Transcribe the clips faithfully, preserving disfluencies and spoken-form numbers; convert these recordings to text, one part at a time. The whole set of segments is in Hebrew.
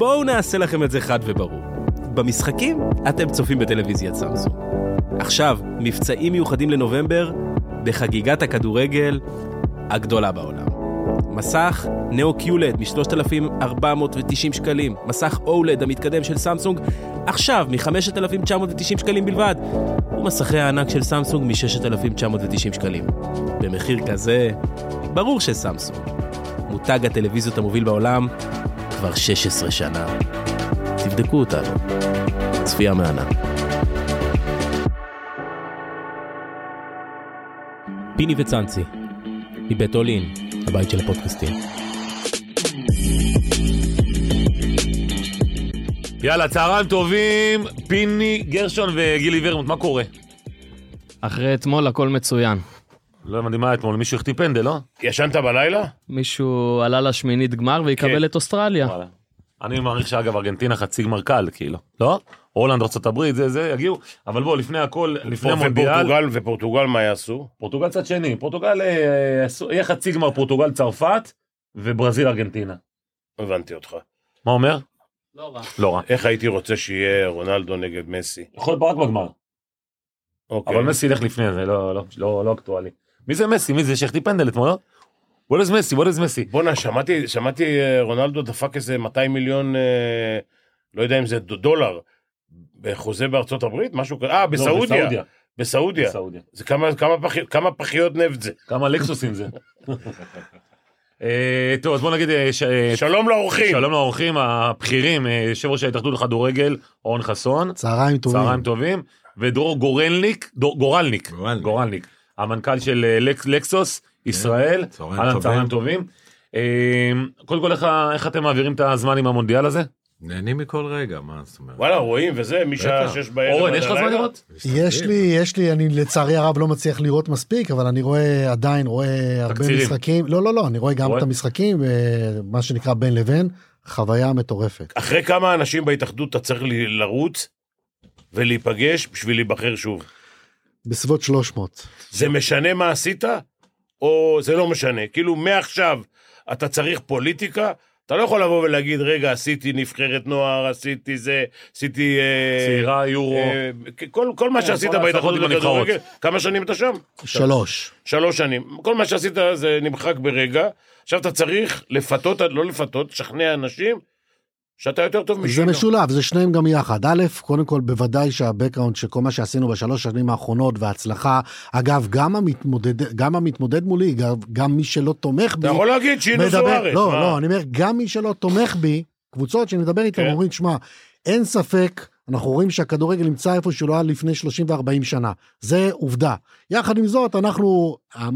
בואו נעשה לכם את זה חד וברור. במשחקים אתם צופים בטלוויזיית סמסונג. עכשיו, מבצעים מיוחדים לנובמבר בחגיגת הכדורגל הגדולה בעולם. מסך נאו קיולד מ-שלושת אלפים ארבע מאות ותשעים שקלים, מסך אולד המתקדם של סמסונג עכשיו מ-חמשת אלפים תשע מאות ותשעים שקלים בלבד, ומסכי הענק של סמסונג מ-ששת אלפים תשע מאות ותשעים שקלים. במחיר כזה, ברור שסמסונג, מותג הטלוויזיות המוביל בעולם, כבר שש עשרה שנה. תבדקו אותנו. צפייה מהנה. פיני וצאנצי, מבית אולין, הבית של הפודקאסטים. יאללה, צהריים טובים, פיני, גרשון וגילי ורמוט, מה קורה? אחרי אתמול הכל מצוין. לא הבנתי מה אתמול, מישהו החטיא פנדל, לא? ישנת בלילה? מישהו עלה לשמינית גמר ויקבל את אוסטרליה. אני מעריך שאגב ארגנטינה חצי גמר קל, כאילו, לא? הולנד, ארצות הברית, זה, זה, יגיעו. אבל בוא, לפני הכל, לפני המונדיאל... ופורטוגל, ופורטוגל מה יעשו? פורטוגל צד שני. פורטוגל, יהיה חצי גמר פורטוגל צרפת, וברזיל ארגנטינה. הבנתי אותך. מה אומר? לא רע. לא רע. איך הייתי רוצה שיהיה רונלדו נגד מסי? יכול להיות רק בגמר. אוקיי. אבל מסי ילך לפני זה, לא, לא, לא, לא אקטואלי. מי זה מסי? מי זה שהחטיא פנדל אתמול, לא? What is מסי? What is מסי? בונה, שמעתי, שמעתי רונלדו דפק איזה מאתיים מיליון, אה, לא יודע אם זה דולר, בחוזה בארצות הברית, משהו כזה, אה, בסעודיה. בסעודיה. בסעודיה. בסעודיה. זה כמה, כמה, פח, כמה פחיות נפט זה. כמה לקסוסים זה. טוב, אז בוא נגיד... שלום לאורחים. שלום לאורחים, הבכירים, יושב ראש ההתאחדות לכדורגל, אורן חסון. צהריים טובים. צהריים טובים. ודרור גורלניק, גורלניק, גורלניק, המנכ"ל של לקסוס, ישראל. צהריים טובים. קודם כל, איך אתם מעבירים את הזמן עם המונדיאל הזה? נהנים מכל רגע, מה זאת אומרת? וואלה, רואים וזה, משעה שש בערב. אורן, יש לך זמן לראות? יש לי, יש לי, אני לצערי הרב לא מצליח לראות מספיק, אבל אני רואה, עדיין רואה הרבה משחקים. לא, לא, לא, אני רואה גם את המשחקים, מה שנקרא בין לבין, חוויה מטורפת. אחרי כמה אנשים בהתאחדות אתה צריך לרוץ ולהיפגש בשביל להיבחר שוב? בסביבות שלוש מאות. זה משנה מה עשית? או זה לא משנה? כאילו מעכשיו אתה צריך פוליטיקה, אתה לא יכול לבוא ולהגיד, רגע, עשיתי נבחרת נוער, עשיתי זה, עשיתי... צעירה, יורו. כל, כל מה שעשית בהתאחדות לכדורגל, כמה שנים אתה שם? שלוש. שלוש שנים. כל מה שעשית זה נמחק ברגע, עכשיו אתה צריך לפתות, לא לפתות, שכנע אנשים, שאתה יותר טוב משהו. זה משולב, זה שניהם גם יחד. א', קודם כל, בוודאי שהבקראונד שכל מה שעשינו בשלוש שנים האחרונות וההצלחה, אגב, גם המתמודד, גם המתמודד מולי, גם, גם מי שלא תומך בי... אתה יכול להגיד שינו זוארץ. לא, לא, אני אומר, גם מי שלא תומך בי, קבוצות שאני מדבר איתם, אומרים, שמה, אין ספק, אנחנו רואים שהכדורגל נמצא איפה שלא היה לפני שלושים וארבעים שנה. זה עובדה. יחד עם זאת, אנחנו,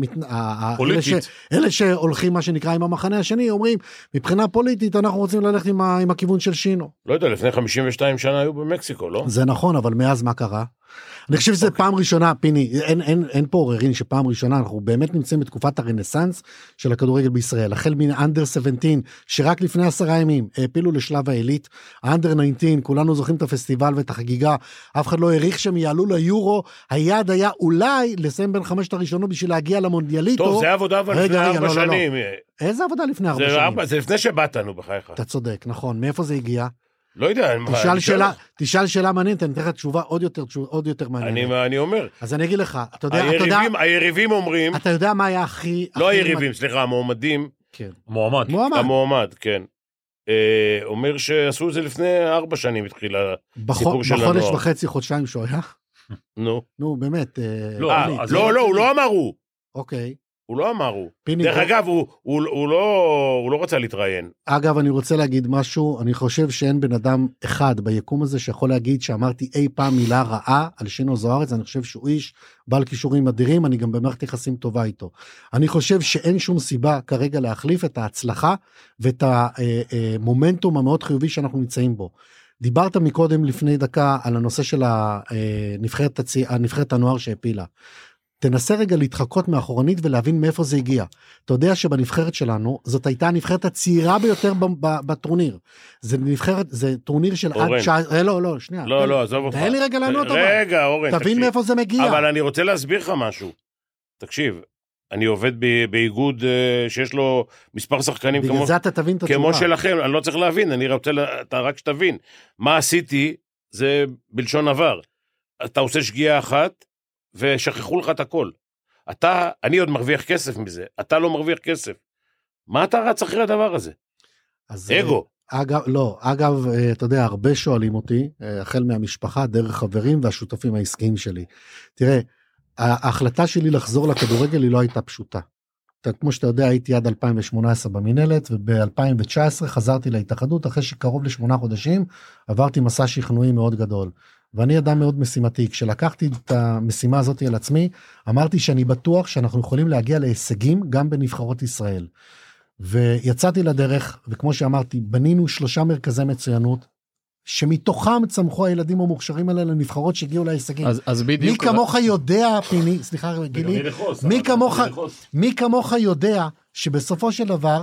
פוליטית. אלה שהולכים מה שנקרא עם המחנה השני, אומרים, מבחינה פוליטית, אנחנו רוצים ללכת עם, עם הכיוון של שינו. לא יודע, לפני חמישים ושתיים שנה היו במקסיקו, לא? זה נכון, אבל מאז מה קרה? אני חושב שזה פעם ראשונה, פיני, אין, אין, אין פה עוררין שפעם ראשונה, אנחנו באמת נמצאים בתקופת הרנסנס של הכדורגל בישראל, החל מן אנדר שבע עשרה, שרק לפני עשרה ימים העפילו לשלב העילית, האנדר תשע עשרה, כולנו זוכרים את הפסטיבל ואת החגיגה, אף אחד לא העריך שהם יעלו ליורו, היעד היה אולי לסיים בין חמשת הראשונות בשביל להגיע למונדיאליטו. טוב, זה עבודה אבל לפני ארבע שנים. איזה עבודה לפני ארבע שנים? זה לפני שבאתנו בחייך. אתה צודק, נכון, מאיפה זה הגיע? לא יודע. תשאל שאלה, תשאל שאלה מעניינת, אני אתן לך תשובה עוד יותר, עוד יותר מעניינת. אני, אני אומר. אז אני אגיד לך, אתה יודע, היריבים, אתה יודע, היריבים אומרים, אתה יודע מה היה הכי... לא הכי היריבים, סליחה, המועמדים. כן. מועמד. מועמד. המועמד, כן. אה, אומר שעשו את זה לפני ארבע שנים, התחיל הסיפור של הנוער. בחודש וחצי, חודשיים שהוא היה? נו. נו, באמת. לא, לא, לא, הוא לא אמר הוא. אוקיי. הוא לא אמר הוא. דרך אגב, הוא, הוא, הוא, לא, הוא לא רצה להתראיין. אגב, אני רוצה להגיד משהו, אני חושב שאין בן אדם אחד ביקום הזה שיכול להגיד שאמרתי אי פעם מילה רעה על שינו זוארץ, אני חושב שהוא איש בעל כישורים אדירים, אני גם במערכת יחסים טובה איתו. אני חושב שאין שום סיבה כרגע להחליף את ההצלחה ואת המומנטום המאוד חיובי שאנחנו נמצאים בו. דיברת מקודם לפני דקה על הנושא של הנבחרת, הנבחרת הנוער שהפילה. תנסה רגע להתחקות מאחורנית ולהבין מאיפה זה הגיע. אתה יודע שבנבחרת שלנו, זאת הייתה הנבחרת הצעירה ביותר בטורניר. זה נבחרת, זה טורניר של עד תשע עשרה, לא, לא, שנייה. לא, לא, עזוב אותך. תן לי רגע לענות, רגע, אורן, תבין מאיפה זה מגיע. אבל אני רוצה להסביר לך משהו. תקשיב, אני עובד באיגוד שיש לו מספר שחקנים בגלל כמו, זה אתה תבין את התשובה. כמו שלכם, אני לא צריך להבין, אני רוצה, אתה רק שתבין. מה עשיתי, זה בלשון עבר. אתה עושה שגיאה אחת, ושכחו לך את הכל. אתה, אני עוד מרוויח כסף מזה, אתה לא מרוויח כסף. מה אתה רץ אחרי הדבר הזה? אז, אגו. אגב, לא, אגב, אתה יודע, הרבה שואלים אותי, החל מהמשפחה, דרך חברים והשותפים העסקיים שלי. תראה, ההחלטה שלי לחזור לכדורגל היא לא הייתה פשוטה. כמו שאתה יודע, הייתי עד אלפיים שמונה עשרה במנהלת, וב-אלפיים תשע עשרה חזרתי להתאחדות, אחרי שקרוב לשמונה חודשים, עברתי מסע שכנועי מאוד גדול. ואני אדם מאוד משימתי, כשלקחתי את המשימה הזאת על עצמי, אמרתי שאני בטוח שאנחנו יכולים להגיע להישגים גם בנבחרות ישראל. ויצאתי לדרך, וכמו שאמרתי, בנינו שלושה מרכזי מצוינות, שמתוכם צמחו הילדים המוכשרים האלה לנבחרות שהגיעו להישגים. אז, אז בדיוק... מי כמוך יודע, פיני, סליחה גילי, מי כמוך, מי כמוך יודע שבסופו של דבר,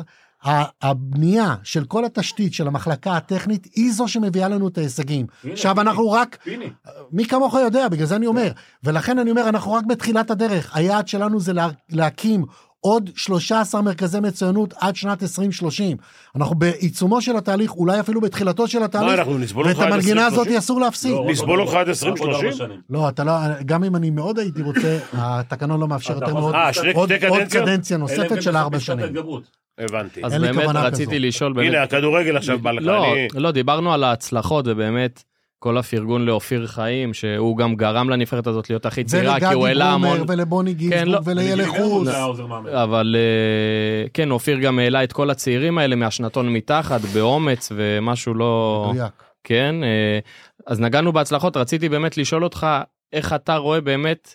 הבנייה של כל התשתית של המחלקה הטכנית, היא זו שמביאה לנו את ההישגים. עכשיו אנחנו רק, מי כמוך יודע, בגלל זה אני אומר, ולכן אני אומר, אנחנו רק בתחילת הדרך, היעד שלנו זה להקים עוד שלושה עשר מרכזי מצוינות עד שנת עשרים שלושים. אנחנו בעיצומו של התהליך, אולי אפילו בתחילתו של התהליך, ואת המנגינה הזאת אסור להפסיק. נסבול לך עד עשרים שלושים? לא, אתה לא, גם אם אני מאוד הייתי רוצה, התקנון לא מאפשר יותר מאוד, עוד קדנציה נוספת של ארבע שנים. הבנתי. אז באמת רציתי לשאול, הנה, הכדורגל עכשיו בא לך. לא, דיברנו על ההצלחות, ובאמת, כל הפרגון לאופיר חיים, שהוא גם גרם לנבחרת הזאת להיות הכי צעירה, כי הוא העלה המון... ולגדי גומר, ולבוני גיזבורג, ולילך חוס. אבל כן, אופיר גם העלה את כל הצעירים האלה מהשנתון מתחת, באומץ, ומשהו לא... מדויק. כן, אז נגענו בהצלחות, רציתי באמת לשאול אותך, איך אתה רואה באמת,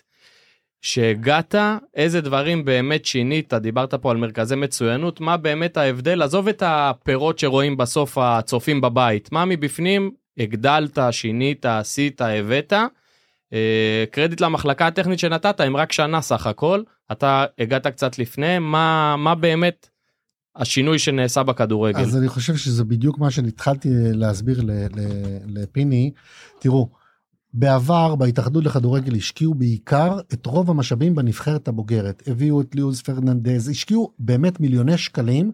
שהגעת, איזה דברים באמת שינית, דיברת פה על מרכזי מצוינות, מה באמת ההבדל, עזוב את הפירות שרואים בסוף הצופים בבית, מה מבפנים הגדלת, שינית, עשית, הבאת, קרדיט למחלקה הטכנית שנתת, הם רק שנה סך הכל, אתה הגעת קצת לפני, מה, מה באמת השינוי שנעשה בכדורגל? אז אני חושב שזה בדיוק מה שהתחלתי להסביר לפיני, תראו, בעבר בהתאחדות לכדורגל השקיעו בעיקר את רוב המשאבים בנבחרת הבוגרת, הביאו את ליוז פרננדז, השקיעו באמת מיליוני שקלים,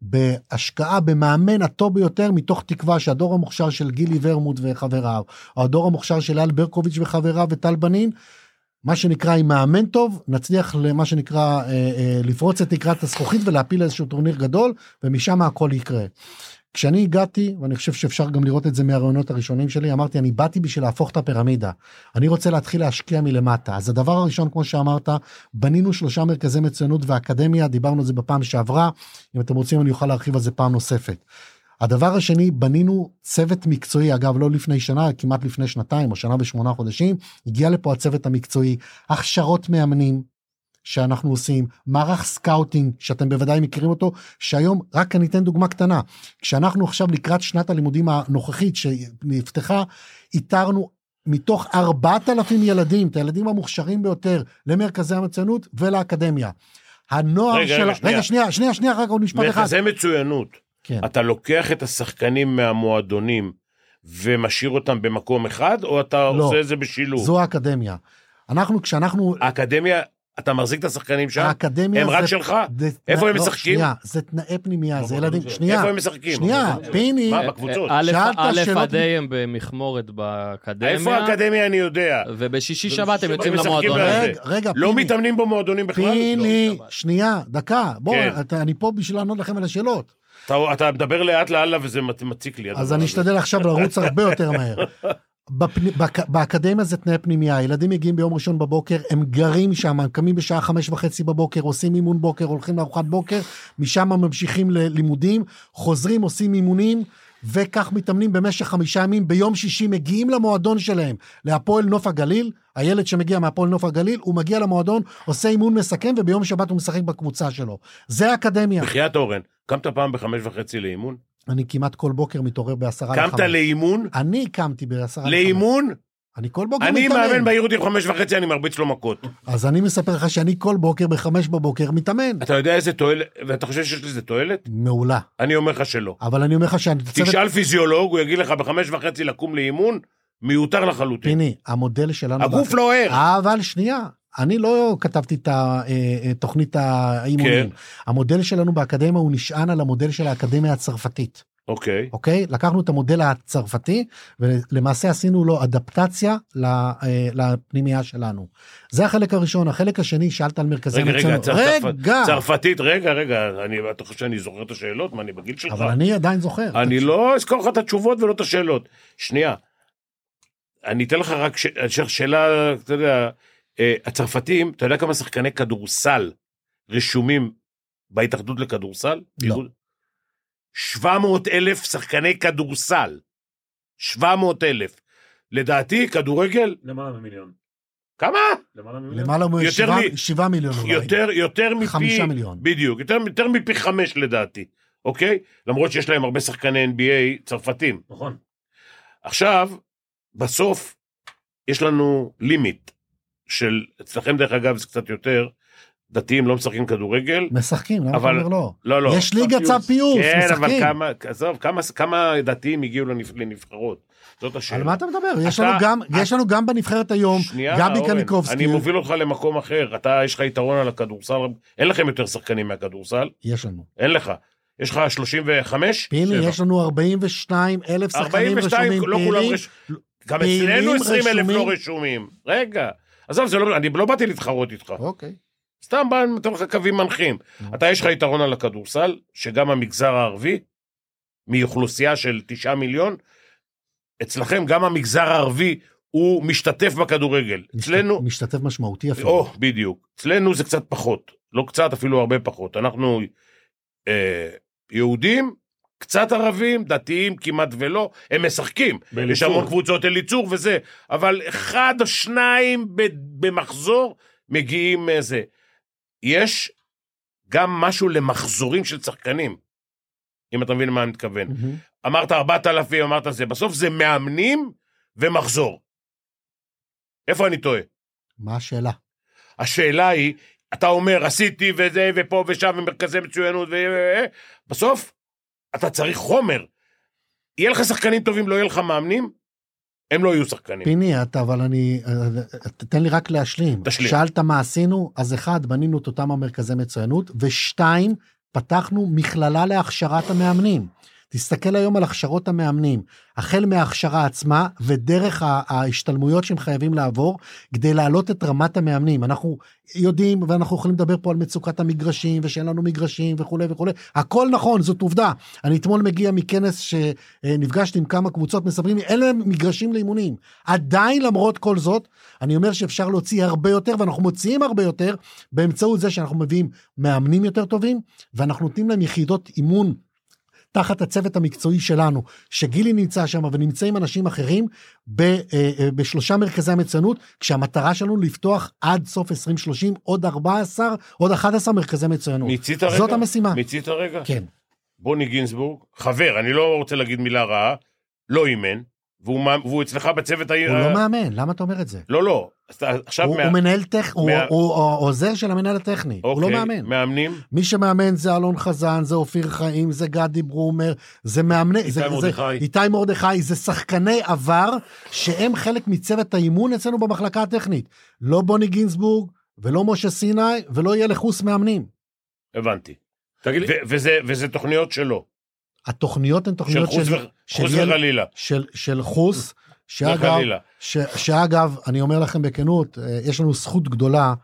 בהשקעה במאמן הטוב ביותר, מתוך תקווה שהדור המוכשר של גילי ורמוט וחבריו, או הדור המוכשר של אל ברקוביץ' וחבריו וטל בנין, מה שנקרא עם מאמן טוב, נצליח למה שנקרא אה, אה, לפרוץ את תקרת הזכוכית ולהפיל איזשהו טורניר גדול, ומשם הכל יקרה. כשאני הגעתי, ואני חושב שאפשר גם לראות את זה מהרעיונות הראשונים שלי, אמרתי, אני באתי בשביל להפוך את הפירמידה. אני רוצה להתחיל להשקיע מלמטה. אז הדבר הראשון, כמו שאמרת, בנינו שלושה מרכזי מצוינות ואקדמיה, דיברנו על זה בפעם שעברה, אם אתם רוצים אני אוכל להרחיב על זה פעם נוספת. הדבר השני, בנינו צוות מקצועי, אגב, לא לפני שנה, כמעט לפני שנתיים, או שנה ושמונה חודשים, הגיע לפה הצוות המקצועי, הכשרות מאמנים, שאנחנו עושים, מערך סקאוטינג, שאתם בוודאי מכירים אותו, שהיום, רק אני אתן דוגמה קטנה, כשאנחנו עכשיו לקראת שנת הלימודים הנוכחית, שנפתחה, איתרנו מתוך ארבעת אלפים ילדים, את הילדים המוכשרים ביותר, למרכזי המצוינות ולאקדמיה. הנוער רגע, של... רגע, שנייה. רגע, שנייה, שנייה, שנייה, רק עוד משפט אחד. מרכזי מצוינות, כן. אתה לוקח את השחקנים מהמועדונים, ומשאיר אותם במקום אחד, או אתה לא, עושה את זה בשילוב? זו האקדמיה. אנחנו, כשאנחנו... האקדמיה... אתה מחזיק את השחקנים שם? האקדמיה הם זה... רק שלך? זה... איפה הם לא, משחקים? שנייה, זה תנאי פנימיה, זה ילדים... שנייה, איפה הם משחקים? שנייה, פיני... מה, בקבוצות? א' עד ה' הם במחמורת באקדמיה. איפה האקדמיה אני יודע? ובשישי שבת הם יוצאים הם משחקים למועדון. בזה. רגע, רגע, לא פיני. מתאמנים במועדונים בכלל? פיני, שנייה, דקה, בואו, כן. אני פה בשביל לענות לכם על השאלות. אתה, אתה מדבר לאט לאללה וזה מציק לי. אז אני אשתדל עכשיו לרוץ הרבה יותר מהר. בפני, באק, באקדמיה זה תנאי פנימיה, הילדים מגיעים ביום ראשון בבוקר, הם גרים שם, הם קמים בשעה חמש וחצי בבוקר, עושים אימון בוקר, הולכים לארוחת בוקר, משם ממשיכים ללימודים, חוזרים, עושים אימונים, וכך מתאמנים במשך חמישה ימים, ביום שישי מגיעים למועדון שלהם, להפועל נוף הגליל, הילד שמגיע מהפועל נוף הגליל, הוא מגיע למועדון, עושה אימון מסכם, וביום שבת הוא משחק בקבוצה שלו. זה האקדמיה. בחיית אורן, קמת פעם בחמש וחצי לאימון? אני כמעט כל בוקר מתעורר בעשרה לחמש. קמת לאימון? אני קמתי בעשרה לחמש. לאימון? אני כל בוקר אני מתאמן. מאמן בעיר אותי בחמש וחצי, אני מרביץ לו מכות. אז אני מספר לך שאני כל בוקר בחמש בבוקר מתאמן. אתה יודע איזה תועלת, ואתה חושב שיש לזה תועלת? מעולה. אני אומר לך שלא. אבל אני אומר לך שאני... תשאל פיזיולוג, הוא יגיד לך בחמש וחצי לקום לאימון, מיותר לחלוטין. פיני, המודל שלנו... הגוף לא ער. אבל שנייה, אני לא כתבתי את תוכנית האימונים. המודל שלנו באקדמיה הוא נשען על המודל של האקדמיה הצרפתית. אוקיי. אוקיי? לקחנו את המודל הצרפתי, ולמעשה עשינו לו אדפטציה לפנימייה שלנו. זה החלק הראשון. החלק השני, שאלת על מרכזי מצוינות. רגע, רגע. צרפתית, רגע, רגע. אתה חושב שאני זוכר את השאלות? מה, אני בגיל שלך? אבל אני עדיין זוכר. אני לא אזכור לך את התשובות ולא את השאלות. שנייה. אני אתן לך רק שאלה, אתה יודע, הצרפתים, אתה יודע כמה שחקני כדורסל רשומים בהתאחדות לכדורסל? לא. שבע מאות אלף שחקני כדורסל. שבע מאות אלף. לדעתי, כדורגל... למעלה ממיליון. כמה? למעלה ממיליון. למעלה משבעה מיליון. יותר, יותר מפי... חמישה מיליון. בדיוק, יותר, יותר מפי חמש לדעתי. אוקיי? למרות שיש להם הרבה שחקני אן בי איי צרפתים. נכון. עכשיו, בסוף, יש לנו לימיט של, אצלכם דרך אגב זה קצת יותר, דתיים לא משחקים כדורגל. משחקים, למה אתה אומר לא? לא, לא. יש ליגה צו פיוס, כן, משחקים. אבל כמה, עזוב, כמה, כמה דתיים הגיעו לנבחרות? זאת השאלה. על מה אתה מדבר? יש לנו גם, יש לנו גם בנבחרת היום, גבי קניקובסקי. אני מוביל אותך למקום אחר, אתה, יש לך יתרון על הכדורסל, אין לכם יותר שחקנים מהכדורסל. יש לנו. אין לך. יש לך שלושים וחמש? פיני, יש לנו ארבעים ושניים אלף שחקנים רשומים. לא כולם רשומים. גם אצלנו עשרים אלף לא רשומים. רגע. עזוב, אני לא באתי להתחרות איתך. אוקיי. סתם בא, נותן לך קווים מנחים. אתה יש לך יתרון על הכדורסל, שגם המגזר הערבי, מאוכלוסייה של תשעה מיליון, אצלכם גם המגזר הערבי, הוא משתתף בכדורגל. אצלנו... משתתף משמעותי אפילו. או, בדיוק. אצלנו זה קצת פחות. לא קצת, אפילו הרבה פחות. אנחנו אה, יהודים, קצת ערבים, דתיים, כמעט ולא, הם משחקים. בליצור. יש המון קבוצות אליצור וזה, אבל אחד או שניים במחזור מגיעים זה. יש גם משהו למחזורים של שחקנים, אם אתה מבין מה אני מתכוון. Mm-hmm. אמרת ארבעת אלפים, אמרת זה, בסוף זה מאמנים ומחזור. איפה אני טועה? מה השאלה? השאלה היא, אתה אומר, עשיתי וזה ופה ושם ומרכזי מצוינות, ו... בסוף אתה צריך חומר. יהיה לך שחקנים טובים, לא יהיה לך מאמנים, הם לא יהיו שחקנים. פיני, אתה, אבל אני, תתן לי רק להשלים. תשלים. שאלת מה עשינו, אז אחד, בנינו את אותם המרכזי מצוינות, ושתיים, פתחנו מכללה להכשרת המאמנים. תסתכל היום על הכשרות המאמנים, החל מההכשרה עצמה, ודרך ההשתלמויות שהם חייבים לעבור, כדי להעלות את רמת המאמנים. אנחנו יודעים, ואנחנו יכולים לדבר פה על מצוקת המגרשים, ושאין לנו מגרשים וכו' וכו'. הכל נכון, זאת עובדה. אני אתמול מגיע מכנס שנפגשתי עם כמה קבוצות, מספרים לי, אין להם מגרשים לאימונים. עדיין למרות כל זאת, אני אומר שאפשר להוציא הרבה יותר, ואנחנו מוציאים הרבה יותר, באמצעות זה שאנחנו מביאים מאמנים יותר טובים, ואנחנו נותנים להם יחידות אימון, תחת הצוות המקצועי שלנו, שגילי נמצא שם, ונמצאים אנשים אחרים, בשלושה מרכזי המצוינות, כשהמטרה שלנו לפתוח עד סוף עשרים שלושים, עוד ארבע עשרה, עוד אחת עשרה מרכזי מצוינות. מיצית הרגע? זאת המשימה. מיצית הרגע? כן. בוני גינסבורג, חבר, אני לא רוצה להגיד מילה רעה, לא אימן, והוא, והוא אצלך בצוות... הוא ה... לא מאמן, למה אתה אומר את זה? לא, לא. עכשיו הוא, מה... הוא מנהל טכ... מה... הוא, הוא, הוא עוזר של המנהל הטכני, אוקיי, הוא לא מאמן. מאמנים? מי שמאמן זה אלון חזן, זה אופיר חיים, זה גדי ברומר, זה מאמני... איתי זה, מורדכי. זה, איתי מורדכי, זה שחקני עבר, שהם חלק מצוות האימון אצלנו במחלקה הטכנית. לא בוני גינסבורג, ולא משה סיני, ולא יהיה לחוס מאמנים. הבנתי. תגיד לי... ו- וזה, וזה תוכניות שלו. התוכניות הן תוכניות של חוס, של, ו... של, חוס של, וחלילה. של, של חוס, שאגב, ש, שאגב, אני אומר לכם בכנות, יש לנו זכות גדולה,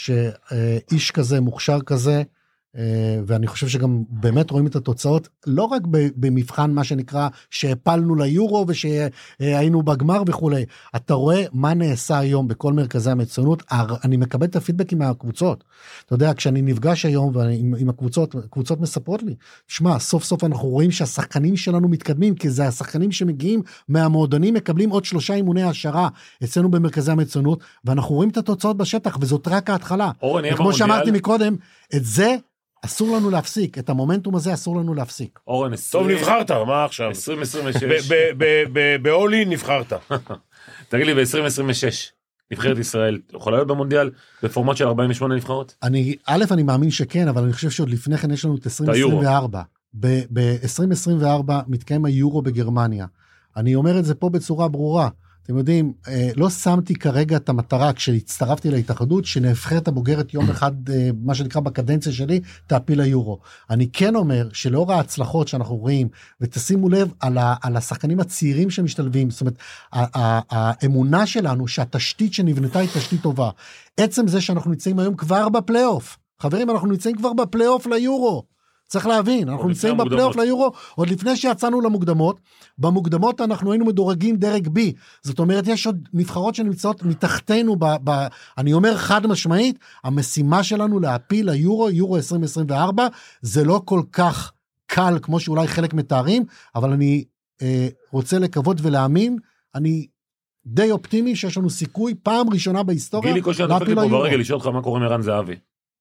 שאיש כזה, מוכשר כזה, ואני חושב שגם באמת רואים את התוצאות, לא רק במבחן מה שנקרא, שהפלנו ליורו, ושהיינו בגמר וכולי, אתה רואה מה נעשה היום בכל מרכזי המצוינות, אני מקבל את הפידבקים מהקבוצות, אתה יודע, כשאני נפגש היום עם הקבוצות, הקבוצות מספרות לי, שמע, סוף סוף אנחנו רואים שהשחקנים שלנו מתקדמים, כי זה השחקנים שמגיעים מהמועדונים, מקבלים עוד שלושה אימוני העשרה, אצלנו במרכזי המצוינות, ואנחנו רואים את התוצאות בשטח, וזאת רק ההתחלה. וכמו שאמרתי מקודם, את זה אסור לנו להפסיק, את המומנטום הזה אסור לנו להפסיק. אורן, טוב, נבחרת, מה עכשיו? עשרים עשרים ושש. באולי נבחרת. תגיד לי, ב-עשרים עשרים ושש, נבחרת ישראל, יכולה להיות במונדיאל בפורמט של ארבעים ושמונה נבחרות? אני, א', אני מאמין שכן, אבל אני חושב שעוד לפני כן יש לנו את עשרים עשרים וארבע. ב-עשרים עשרים וארבע מתקיים היורו בגרמניה. אני אומר את זה פה בצורה ברורה. אתם יודעים, לא שמתי כרגע את המטרה, כשהצטרפתי להתאחדות, שנבחרת הבוגרת יום אחד, מה שנקרא בקדנציה שלי, תעפיל ליורו. אני כן אומר, שלאור ההצלחות שאנחנו רואים, ותשימו לב על, ה, על השחקנים הצעירים שמשתלבים, זאת אומרת, האמונה שלנו, שהתשתית שנבנתה היא תשתית טובה. עצם זה שאנחנו נמצאים היום כבר בפלייאוף. חברים, אנחנו נמצאים כבר בפלייאוף ליורו. צריך להבין, אנחנו נמצאים בפלייאוף ליורו, עוד לפני שיצאנו למוקדמות, במוקדמות אנחנו היינו מדורגים דרג בי, זאת אומרת, יש עוד נבחרות שנמצאות מתחתנו, ב, ב, אני אומר חד משמעית, המשימה שלנו להפיל ליורו, יורו עשרים עשרים וארבע, זה לא כל כך קל, כמו שאולי חלק מתארים, אבל אני אה, רוצה לקוות ולהאמין, אני די אופטימי שיש לנו סיכוי, פעם ראשונה בהיסטוריה, גילי כל שנה דופק לי פה ברגל, לשאול אותך מה קורה עם ערן זהבי.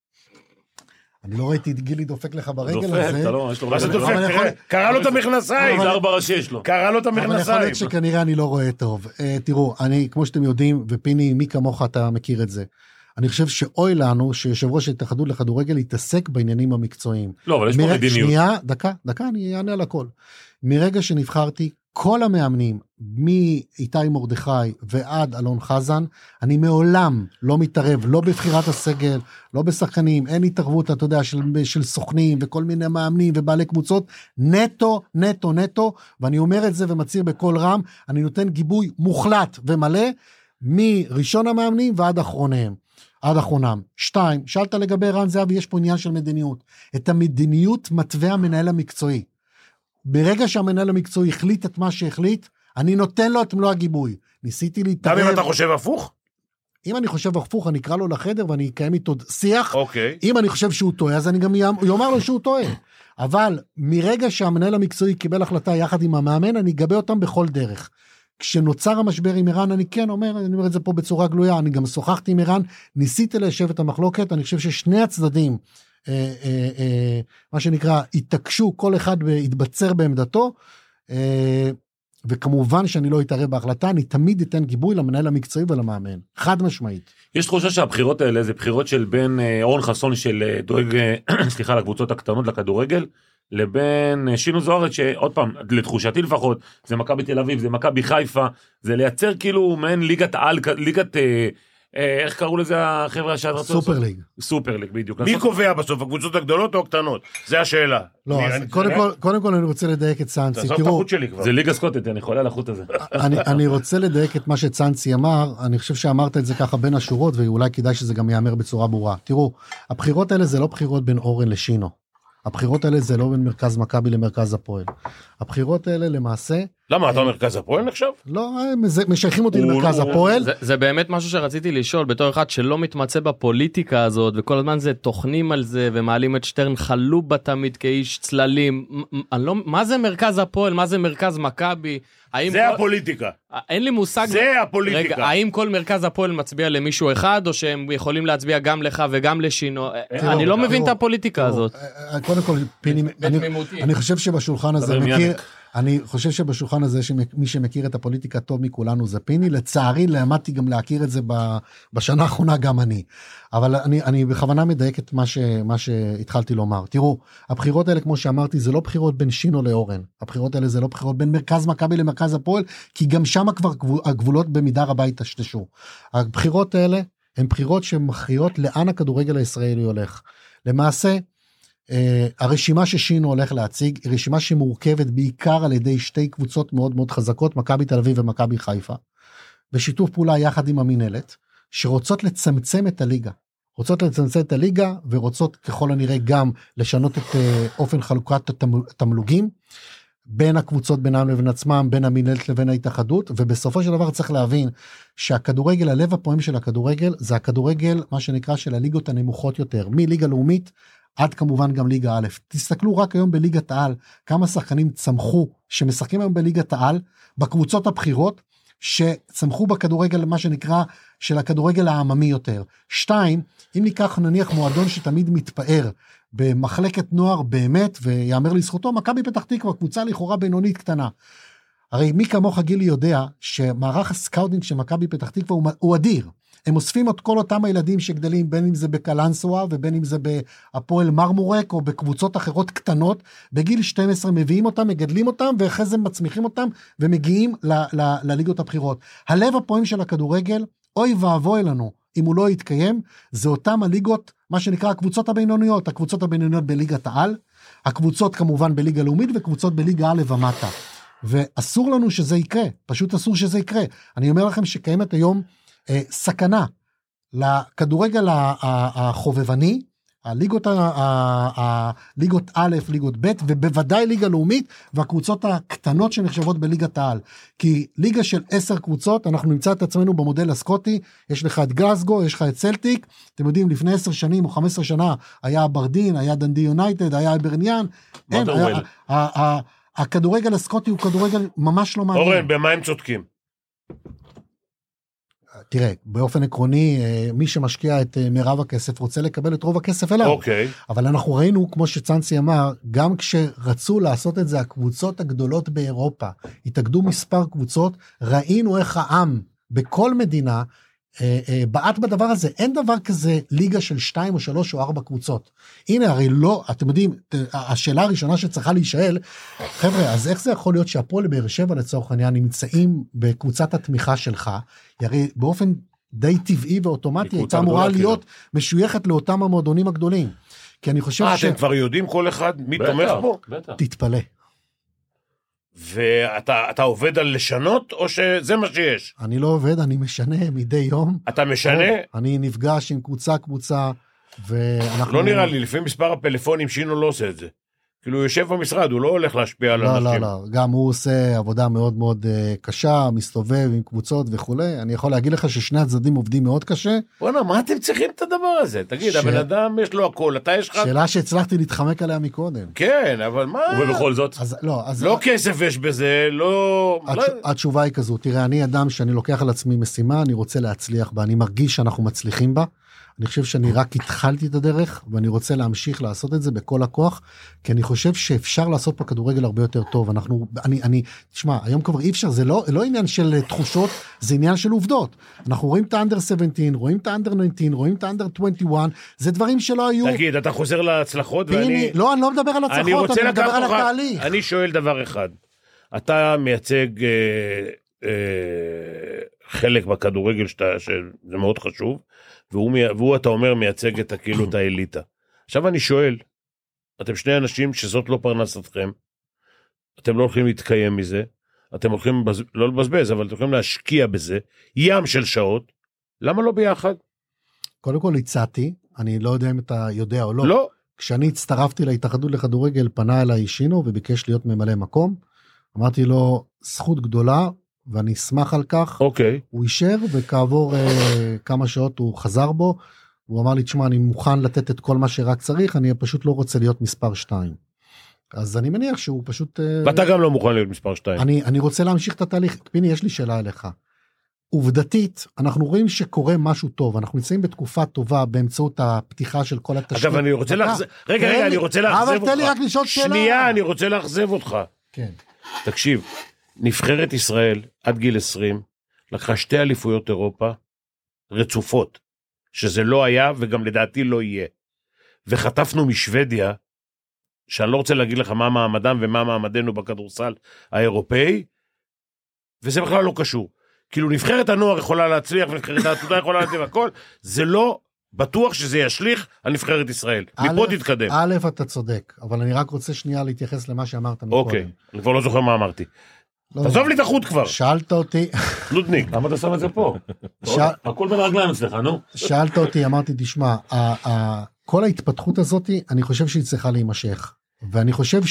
אני לא ראיתי את גילי דופק לך ברגל דופק, הזה. אתה לא, יש לו מה זה דופק? קרא לו את המכנסיים. זה ארבע ראשי יש לו. קרא לו את אבל יכול המכנסיים. להיות שכנראה אני לא רואה טוב. תראו, אני, כמו שאתם יודעים, ופיני, מי כמוך אתה מכיר את זה. אני חושב שאוי לנו, שיושב ראש ההתאחדות לכדורגל יתעסק בעניינים המקצועיים. לא, אבל יש פה מדיניות. שנייה, דקה, דקה, אני אענה על הכל. מרגע שנבחרתי, כל המאמנים, מאיתי מרדכי ועד אלון חזן, אני מעולם לא מתערב, לא בבחירת הסגל, לא בשחקנים, אין התערבות, אתה יודע, של, של סוכנים וכל מיני מאמנים ובעלי קבוצות, נטו, נטו, נטו, ואני אומר את זה ומצהיר בכל רם, אני נותן גיבוי מוחלט ומלא, מראשון המאמנים ועד אחרונם. עד אחרונם. שתיים, שאלת לגבי ערן זהבי, יש פה עניין של מדיניות. את המדיניות מתווה המנהל המקצועי. ברגע שהמנהל המקצועי החליט את מה שהחליט, אני נותן לו את מלוא הגיבוי. ניסיתי להתערב. גם אם אתה חושב הפוך? אם אני חושב הפוך, אני אקרא לו לחדר ואני אקיים איתו שיח. אוקיי. אם אני חושב שהוא טועה, אז אני גם יאמר לו שהוא טועה. אבל מרגע שהמנהל המקצועי קיבל החלטה יחד עם המאמן, אני אגבה אותם בכל דרך. כשנוצר המשבר עם איראן, אני כן אומר, אני אומר את זה פה בצורה גלויה, אני גם שוחחתי עם איראן, ניסיתי ליישב את המחלוקת, אני חושב ששני הצדדים, אה, אה, אה, מה שנקרא, התעקשו, כל אחד התבצר בעמדתו, אה, וכמובן שאני לא אתערב בהחלטה, אני תמיד אתן גיבוי למנהל המקצועי ולמאמן, חד משמעית. יש תחושה שהבחירות האלה זה בחירות של בין אורן חסון של דואג, סליחה, לקבוצות הקטנות לכדורגל, לבין שינו זוארץ, שעוד פעם, לתחושתי לפחות, זה מכבי תל אביב, זה מכבי חיפה, זה לייצר כאילו מעין ליגת על, ליגת, אה, אה, איך קראו לזה החבר'ה שאת רצו? סופר ליג. סופר ליג, בדיוק. מי קובע בסוף, הקבוצות הגדולות או הקטנות? זה השאלה. לא, אז קודם כל, קודם כל אני רוצה לדייק את צאנצי. תראו, זה ליגה סקוטית, אני חולה על החוט הזה. אני, אני רוצה לדייק את מה שצאנצי אמר, אני חושב שאמרת את זה ככה בין השורות, ואולי כדאי שזה גם יאמר בצורה ברורה. תראו, הבחירות האלה זה לא בחירות בין אורן לשינו. הבחירות האלה זה לא בין מרכז מכבי למרכז הפועל. הבחירות האלה למעשה... למה, אתה מרכז הפועל נחשב? לא, משייכים אותי למרכז הפועל. זה, זה באמת משהו שרציתי לשאול, בתור אחד שלא מתמצא בפוליטיקה הזאת, וכל הזמן זה תוכנים על זה, ומעלים את שטרן חלובה תמיד כאיש צללים. אני לא, מה זה מרכז הפועל? מה זה מרכז מכבי? זה כל... הפוליטיקה. אין לי מושג... זה הפוליטיקה. רגע, האם כל מרכז הפועל מצביע למישהו אחד, או שהם יכולים להצביע גם לך וגם לשינו? אני לא מבין את הפוליטיקה הזאת. קודם כל, פיני, אני חושב שבשולחן הזה מכיר... אני חושב שבשולחן הזה, שמי שמכיר את הפוליטיקה טוב מכולנו זה פיני, לצערי למדתי גם להכיר את זה בשנה האחרונה גם אני, אבל אני, אני בכוונה מדייק את מה, ש, מה שהתחלתי לומר. תראו, הבחירות האלה כמו שאמרתי, זה לא בחירות בין שינו לאורן, הבחירות האלה זה לא בחירות בין מרכז מכבי למרכז הפועל, כי גם שם כבר הגבולות במידה רבה התשתשו. הבחירות האלה הן בחירות שמכריעות לאן הכדורגל הישראלי הולך. למעשה, Uh, הרשימה ששינו הולך להציג היא רשימה שמורכבת בעיקר על ידי שתי קבוצות מאוד מאוד חזקות, מכבי תל אביב ומכבי חיפה, בשיתוף פעולה יחד עם המנהלת, שרוצות לצמצם את הליגה, רוצות לצמצם את הליגה ורוצות ככל הנראה גם לשנות את uh, אופן חלוקת התמלוגים, בין הקבוצות בינם לבין עצמם, בין המנהלת לבין ההתאחדות, ובסופו של דבר צריך להבין שהכדורגל, הלב הפועם של הכדורגל, זה הכדורגל מה שנקרא של הליגות הנמוכות יותר, מליגה לאומית, עד כמובן גם ליגה א'. תסתכלו רק היום בליגת העל, כמה שחקנים צמחו, שמשחקים היום בליגת העל, בקבוצות הבחירות, שצמחו בכדורגל, מה שנקרא, של הכדורגל העממי יותר. שתיים, אם ניקח נניח מועדון שתמיד מתפאר, במחלקת נוער באמת, ויאמר לזכותו, מכבי פתח תקווה, קבוצה לכאורה בינונית קטנה. הרי מי כמוך גילי יודע, שמערך הסקאוטינג של מכבי פתח תקווה הוא, הוא אדיר. הם אוספים את כל אותם הילדים שגדלים, בין אם זה בקלנסווה, ובין אם זה בהפועל מרמורק, או בקבוצות אחרות קטנות, בגיל שתים עשרה מביאים אותם, מגדלים אותם, ואחרי זה מצמיחים אותם, ומגיעים ל- ל- לליגות הבחירות. הלב הפועם של הכדורגל, אוי ואבוי לנו, אם הוא לא יתקיים, זה אותם הליגות, מה שנקרא הקבוצות הבינוניות, הקבוצות הבינוניות בליגת העל, הקבוצות כמובן בליגה לאומית, וקבוצות בליגה א' ומטה. ואסור לנו שזה יקרה, פשוט אסור שזה יקרה. אני אומר לכם שקיימת היום אה, סכנה לכדורגל החובבני, הליגות, הליגות א', ליגות ב', ובוודאי ליגה לאומית, והקבוצות הקטנות שנחשבות בליגת העל. כי ליגה של עשר קבוצות, אנחנו נמצא את עצמנו במודל הסקוטי, יש לך את גלסגו, יש לך את סלטיק, אתם יודעים, לפני עשר שנים או חמש עשרה שנה, היה ברדין, היה דנדי יונייטד, היה ברניאן, אין, היה, הכדורגל הסקוטי הוא כדורגל ממש לא מעניין. אורן, במה הם צודקים? תראה, באופן עקרוני, מי שמשקיע את מרב הכסף רוצה לקבל את רוב הכסף אליו. אוקיי. אבל אנחנו ראינו, כמו שצאנסי אמר, גם כשרצו לעשות את זה, הקבוצות הגדולות באירופה, התאגדו מספר קבוצות, ראינו איך העם בכל מדינה, בעט בדבר הזה, אין דבר כזה ליגה של שתיים או שלוש או ארבע קבוצות. הנה, הרי לא, אתם יודעים, השאלה הראשונה שצריכה להישאל, חבר'ה, אז איך זה יכול להיות שהפועל באר שבע לצורך העניין נמצאים בקבוצת התמיכה שלך, הרי באופן די טבעי ואוטומטי, הייתה אמורה להיות משויכת לאותם המועדונים הגדולים. כי אני חושב ש... אתם כבר יודעים כל אחד מי תומך בו? תתפלא. ואתה אתה עובד על לשנות, או שזה מה שיש? אני לא עובד, אני משנה מדי יום. אתה משנה? אני נפגש עם קבוצה קבוצה, ואנחנו... לא נראה לי, לפעמים מספר הפלאפונים שינו לא עושה את זה. כאילו הוא יושב במשרד, הוא לא הולך להשפיע על לא, אנשים. לא, לא, גם הוא עושה עבודה מאוד מאוד uh, קשה, מסתובב עם קבוצות וכו'. אני יכול להגיד לך ששני הצדדים עובדים מאוד קשה. בוא'נה, מה אתם צריכים את הדבר הזה? תגיד, ש... הבן אדם יש לו הכל, אתה יש לך... שאלה שהצלחתי להתחמק עליה מקודם. כן, אבל מה? ובכל זאת? אז, לא, אז... לא כסף יש בזה, לא... התש... לא... התשובה היא כזו, תראה, אני אדם שאני לוקח על עצמי משימה, אני רוצה להצליח בה, אני מרגיש שאנחנו מצליחים בה, אני חושב שאני רק התחלתי את הדרך, ואני רוצה להמשיך לעשות את זה בכל הכוח, כי אני חושב שאפשר לעשות פה כדורגל הרבה יותר טוב. אנחנו, אני, אני, תשמע, היום כבר אי אפשר, זה לא, לא עניין של תחושות, זה עניין של עובדות. אנחנו רואים את האנדר שבע עשרה, רואים את האנדר תשע עשרה, רואים את האנדר עשרים ואחת, זה דברים שלא היו. תגיד, אתה חוזר להצלחות, פיני, ואני... לא, אני לא מדבר על הצלחות, אני, אני מדבר על התהליך. אני שואל דבר אחד, אתה מייצג אה, אה, חלק בכדורגל שאתה, שזה מאוד חשוב, והוא, והוא אתה אומר מייצג את כאילו את האליטה. עכשיו אני שואל, אתם שני אנשים שזאת לא פרנסתכם, אתם לא הולכים להתקיים מזה, אתם הולכים בז... לא לבזבז, אבל אתם הולכים להשקיע בזה, ים של שעות, למה לא ביחד? קודם כל הצעתי, אני לא יודע אם אתה יודע או לא, לא. כשאני הצטרפתי להתאחדות לכדורגל, פנה אליי שינו וביקש להיות ממלא מקום, אמרתי לו, זכות גדולה, ואני אשמח על כך. אוקיי. הוא אישר, וכעבור אה, כמה שעות הוא חזר בו, הוא אמר לי, תשמע, אני מוכן לתת את כל מה שרק צריך, אני פשוט לא רוצה להיות מספר שתיים. אז אני מניח שהוא פשוט... אה, ואתה גם לא מוכן להיות מספר שתיים. אני, אני רוצה להמשיך את התהליך. פיני, יש לי שאלה אליך. עובדתית, אנחנו רואים שקורה משהו טוב, אנחנו נמצאים בתקופה טובה באמצעות הפתיחה של כל התשתית. אגב, אני רוצה לאכזב... רגע, רגע, אני רוצה לאכזב אותך. אבל תן לי רק לשאול שאלה. שנייה, אני רוצה לאכזב אותך. כן. תקשיב, נבחרת ישראל עד גיל עשרים, לקחה שתי אליפויות אירופה רצופות, שזה לא היה וגם לדעתי לא יהיה. וחטפנו משוודיה, שאני לא רוצה להגיד לך מה מעמדם ומה מעמדנו בכדורסל האירופאי, וזה בכלל לא קשור. כאילו נבחרת הנוער יכולה להצליח, ונבחרת העתודה יכולה להצליח הכל, זה לא בטוח שזה ישליך על נבחרת ישראל. מפה תתקדם. א', אתה צודק, אבל אני רק רוצה שנייה להתייחס למה שאמרת מקודם. אוקיי, אני כבר לא זוכר מה אמרתי. תעזוב לי את החוט כבר. שאלת אותי... נודניק. למה אתה שם את זה פה? הכל בין הרגליים אצלך, נו. שאלת אותי, אמרתי, תשמע, כל ההתפתחות הזאת, אני חושב שהיא צריכה להימשך. ואני חושב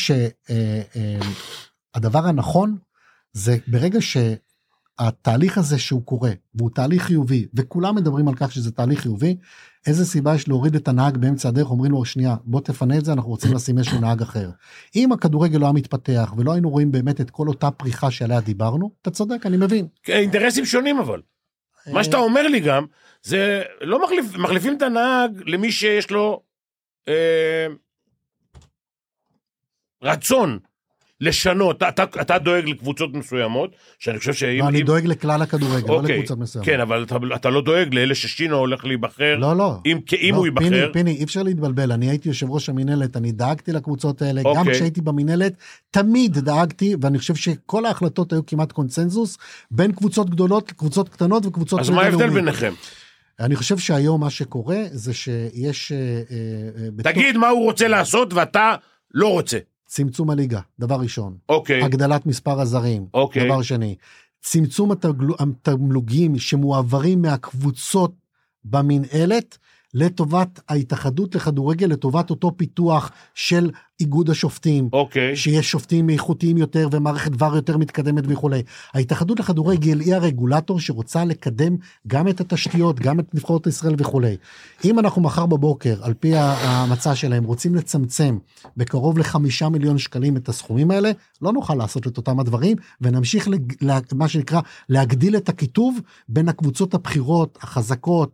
שהדבר הנכון, זה ברגע שהתהליך הזה שהוא קורה, והוא תהליך חיובי, וכולם מדברים על כך שזה תהליך חיובי, איזה סיבה יש להוריד את הנהג באמצע הדרך, אומרים לו, שנייה, בוא תפנה את זה, אנחנו רוצים לשים איזשהו נהג אחר. אם הכדורגל לא היה מתפתח, ולא היינו רואים באמת את כל אותה פריחה שעליה דיברנו, אתה צודק, אני מבין. אינטרסים שונים אבל. מה שאתה אומר לי גם, זה לא מחליף, מחליפים את הנהג למי שיש לו אה, רצון לשנות, אתה, אתה דואג לקבוצות מסוימות, שאני חושב שאם... לא, אני אם... דואג לכלל הכדורגל, אוקיי, לא לקבוצות מסוימות. כן, אבל אתה, אתה לא דואג לאלה ששינו הולך להיבחר. לא, לא. אם, אם לא, הוא ייבחר... פיני, פיני, אי אפשר להתבלבל, אני הייתי יושב ראש המנהלת, אני דאגתי לקבוצות האלה, אוקיי. גם כשהייתי במנהלת, תמיד דאגתי, ואני חושב שכל ההחלטות היו כמעט קונצנזוס, בין קבוצות גדולות לקבוצות קטנות וקבוצות... אז מה ההבדל ביניכם? אני חושב שהיום מה שקורה זה שיש... תגיד מה הוא רוצה לעשות ואתה לא רוצה. צמצום הליגה, דבר ראשון. אוקיי. הגדלת מספר הזרים, אוקיי. דבר שני. צמצום התמלוגים שמועברים מהקבוצות במנהלת, לטובת ההתאחדות לכדורגל, לטובת אותו פיתוח של איגוד השופטים, אוקיי. שיש שופטים איכותיים יותר ומערכת דבר יותר מתקדמת וכו'. ההתאחדות לכדורגל היא הרגולטור שרוצה לקדם גם את התשתיות, גם את נבחרות ישראל וכו'. אם אנחנו מחר בבוקר, על פי המצע שלהם, רוצים לצמצם בקרוב לחמישה מיליון שקלים את הסכומים האלה, לא נוכל לעשות את אותם הדברים, ונמשיך למה שנקרא להגדיל את הכיתוב בין הקבוצות הבחירות, החזקות,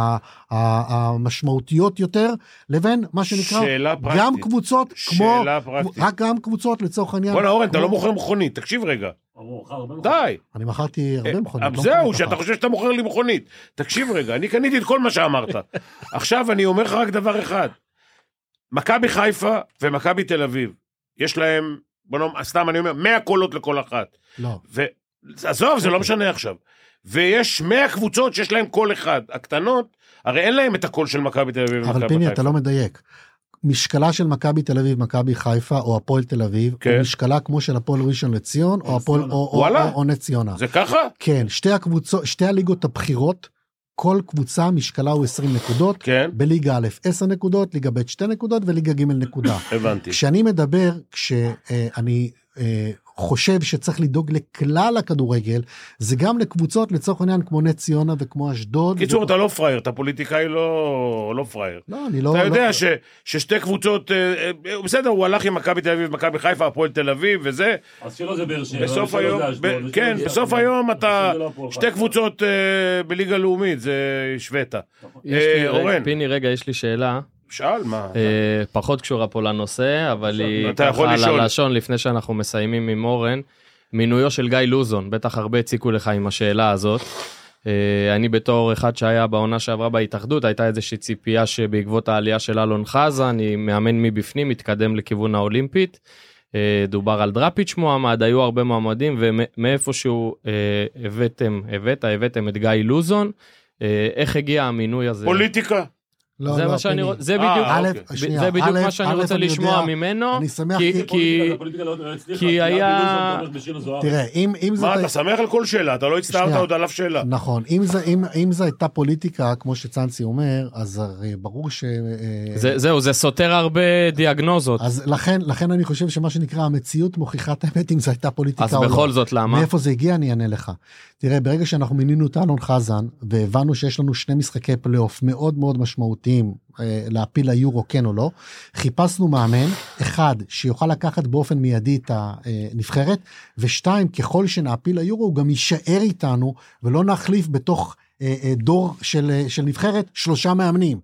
המשמעותיות יותר, לבין מה שנקרא גם קבוצות כמו, רק גם קבוצות לצורך העניין. בוא נאורן, אתה לא מוכר מכונית, תקשיב רגע. די. אני מכרתי הרבה מכונית. זהו, שאתה חושב שאתה מוכר לי מכונית. תקשיב רגע, אני קניתי את כל מה שאמרת. עכשיו אני אומר לך רק דבר אחד. מכבי חיפה ומכבי תל אביב, יש להם, בוא נאמר, סתם אני אומר, מאה קולות לכל אחת. לא. עזוב, זה לא משנה עכשיו. ויש מאה קבוצות שיש להם קול אחד. הקטנות, הרי אין להם את הקול של מכבי תל אביב. אבל פיני, אתה לא מדייק. משקלה של מכבי תל אביב, מכבי חיפה, או הפועל תל אביב, כן. הוא משקלה כמו של הפועל ראשון לציון, או הפועל או, או, או, או נס ציונה. זה ככה? כן, שתי הקבוצות, שתי הליגות הבחירות, כל קבוצה משקלה הוא עשרים נקודות, כן. בליגה א' עשר נקודות, ליגה ב' שתי נקודות, וליגה ג' נקודה. הבנתי. כשאני מדבר, כשאני חושב שצריך לדאוג לכלל הכדורגל, זה גם לקבוצות לצורך העניין כמו נס ציונה וכמו אשדוד. קיצור, אתה לא פרייר, אתה פוליטיקאי לא לא פרייר. לא, אני לא... אתה יודע ששתי קבוצות, בסדר, הוא הלך עם מכבי תל אביב, מכבי חיפה, הפועל תל אביב וזה. אז שלא זה באר שבע. בסוף היום, כן, בסוף היום אתה, שתי קבוצות בליגה לאומית, זה השווית. אורן. פיני, רגע, יש לי שאלה. שאל מה? פחות קשורה פה לנושא, אבל היא ככה על הלשון לפני שאנחנו מסיימים עם אורן. מינויו של גיא לוזון, בטח הרבה הציקו לך עם השאלה הזאת. אני בתור אחד שהיה בעונה שעברה בהתאחדות, הייתה איזושהי ציפייה שבעקבות העלייה של אלון חזה, אני מאמן מבפנים, מתקדם לכיוון האולימפית. דובר על דראפיץ' מועמד, היו הרבה מועמדים, ומאיפשהו הבאתם, הבאת, הבאתם את גיא לוזון. איך הגיע המינוי הזה? פוליטיקה. לא, זה לא, מה שאני רוצה, זה בדיוק, זה בדיוק מה שאני רוצה לשמוע ממנו, אני שמח כי היה... תראה, אם זה... מה, אתה שמח על כל שאלה, אתה לא הצטערת עוד עליו שאלה. נכון, אם זה הייתה פוליטיקה, כמו שצאנצי אומר, אז הרי ברור ש... זהו, זה סותר הרבה דיאגנוזות. אז לכן אני חושב שמה שנקרא, המציאות מוכיחה את האמת, אם זה הייתה פוליטיקה או לא. אז בכל זאת, למה? מאיפה זה הגיע, אני אענה לך. תראה, ברגע שאנחנו מינינו את אלון חזן, והבנו שיש לנו שני משחקי פלייאוף מאוד מאוד משמעותיים, להפיל ליורו כן או לא, חיפשנו מאמן, אחד, שיוכל לקחת באופן מיידי את הנבחרת, ושתיים, ככל שנעפיל ליורו, הוא גם יישאר איתנו, ולא נחליף בתוך דור של, של נבחרת, שלושה מאמנים.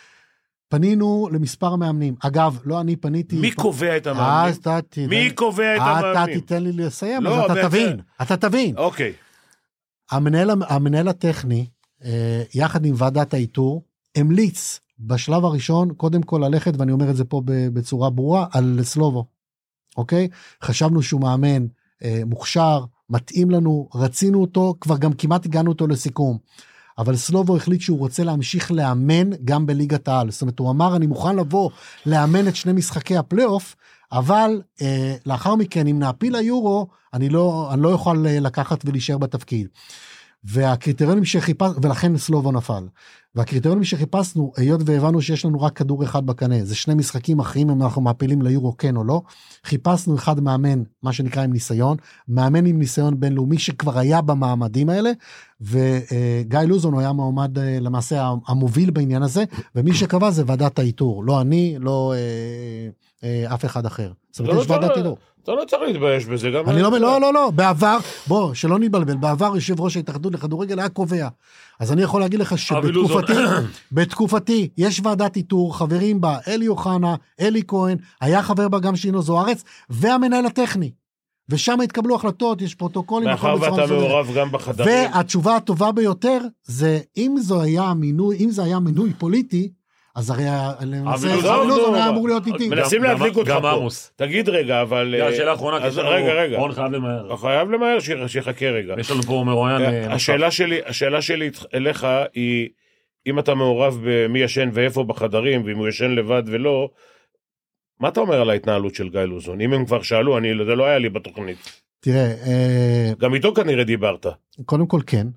פנינו למספר המאמנים. אגב, לא אני פניתי... מי קובע את המאמנים? אז אתה תיתן... מי קובע את המאמנים? אתה תיתן לי לסיים, אז אתה תבין. אתה תבין. אוקיי. המנהל, המנהל הטכני, יחד עם ועדת האיתור, המליץ בשלב הראשון, קודם כל ללכת, ואני אומר את זה פה בצורה ברורה, על סלובו. אוקיי? חשבנו שהוא מאמן מוכשר, מתאים לנו, רצינו אותו, כבר גם כמעט הגענו אותו לסיכום. אבל סלובו החליט שהוא רוצה להמשיך לאמן גם בליגת העל. זאת אומרת, הוא אמר, אני מוכן לבוא לאמן את שני משחקי הפלייאוף, אבל אה, לאחר מכן, אם נעפיל ליורו, אני לא, אני לא יכול לקחת ולהישאר בתפקיד. והקריטריונים שחיפשנו, ולכן סלובו נפל. והקריטריונים שחיפשנו, היות והבנו שיש לנו רק כדור אחד בקנה, זה שני משחקים אחרים, אם אנחנו מעפילים ליורו כן או לא, חיפשנו אחד מאמן, מה שנקרא עם ניסיון, מאמן עם ניסיון בינלאומי שכבר היה במעמדים האלה, וגיא לוזון הוא היה מעמד למעשה המוביל בעניין הזה, ומי שקבע זה ועדת האיתור, לא אני, לא אה, אה, אף אחד אחר. זאת אומרת, יש ועדת איתור. אתה לא צריך להתבייש בזה גם... אני לא, לא, לא, לא, בעבר, בוא, שלא נתבלבל, בעבר יושב ראש ההתאחדות לכדורגל היה קובע. אז אני יכול להגיד לך שבתקופתי... אבי לוזון בתקופתי, בתקופתי, יש ועדת איתור, חברים בה, אלי אוחנה, אלי כהן, היה חבר בה גם שינו זוארץ, והמנהל הטכני. ושם התקבלו החלטות, יש פרוטוקולים. מאחר ואתה מעורב גם בחדרים. והתשובה הטובה ביותר, זה אם זה היה מינוי, אם זה היה מינוי פוליטי, אז הרי למעשה, לא, היה אמור להיות איתי. מנסים להדליק אותך פה. עמוס. תגיד רגע, אבל... השאלה האחרונה, רגע, רגע. רון חייב למהר. חייב למהר, שיחכה רגע. יש לנו פה מרואיין. השאלה שלי, השאלה שלי אליך היא, אם אתה מעורב במי ישן ואיפה בחדרים, ואם הוא ישן לבד ולא, מה אתה אומר על ההתנהלות של גיא לוזון? אם הם כבר שאלו, אני, זה לא היה לי בתוכנית. תראה, גם איתו כנראה דיברת. קודם כל כן.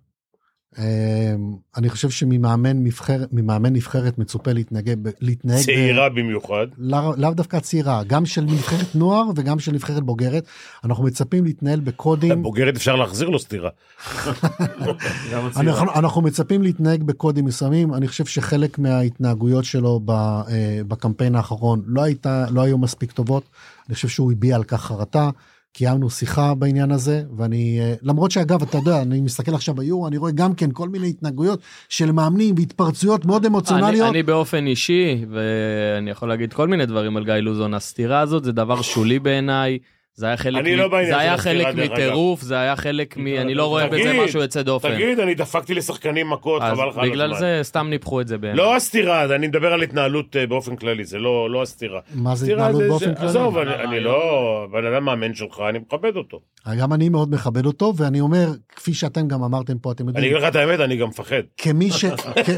אני חושב שממאמן נבחרת, ממאמן נבחרת מצופה להתנהג, להתנהג צעירה במיוחד. לאו דווקא צעירה, גם של נבחרת נוער וגם של נבחרת בוגרת. אנחנו מצפים להתנהל בקודים. בוגרת אפשר להחזיר לו סתירה. אנחנו, אנחנו מצפים להתנהג בקודים מסוימים. אני חושב שחלק מההתנהגויות שלו בקמפיין האחרון לא הייתה, לא היו מספיק טובות. אני חושב שהוא הביע על כך חרטה. קיימנו שיחה בעניין הזה, ואני, למרות שאגב, אתה יודע, אני מסתכל עכשיו ביורו, אני רואה גם כן כל מיני התנהגויות של מאמנים והתפרצויות מאוד אמוציונליות. אני, אני באופן אישי, ואני יכול להגיד כל מיני דברים על גיא לוזון, הסתירה הזאת זה דבר שולי בעיניי, זה היה חלק, מ... לא זה היה חלק מטירוף, זה היה חלק מ... אני לא רואה תגיד, בזה משהו יוצא דופן. תגיד, אני דפקתי לשחקנים מכות, חבל לך על הזמן. בגלל זה סתם ניפחו את זה בעיניי. לא הסתירה, אני מדבר על התנהלות באופן כללי, זה לא, לא הסתירה. מה זה התנהלות באופן כללי? עזוב, אני, אני לא, בן אדם מאמן שלך, אני מכבד אותו. גם אני מאוד מכבד אותו, ואני אומר, כפי שאתם גם אמרתם פה, אתם יודעים... אני אגיד לך את האמת, אני גם מפחד. כמי ש...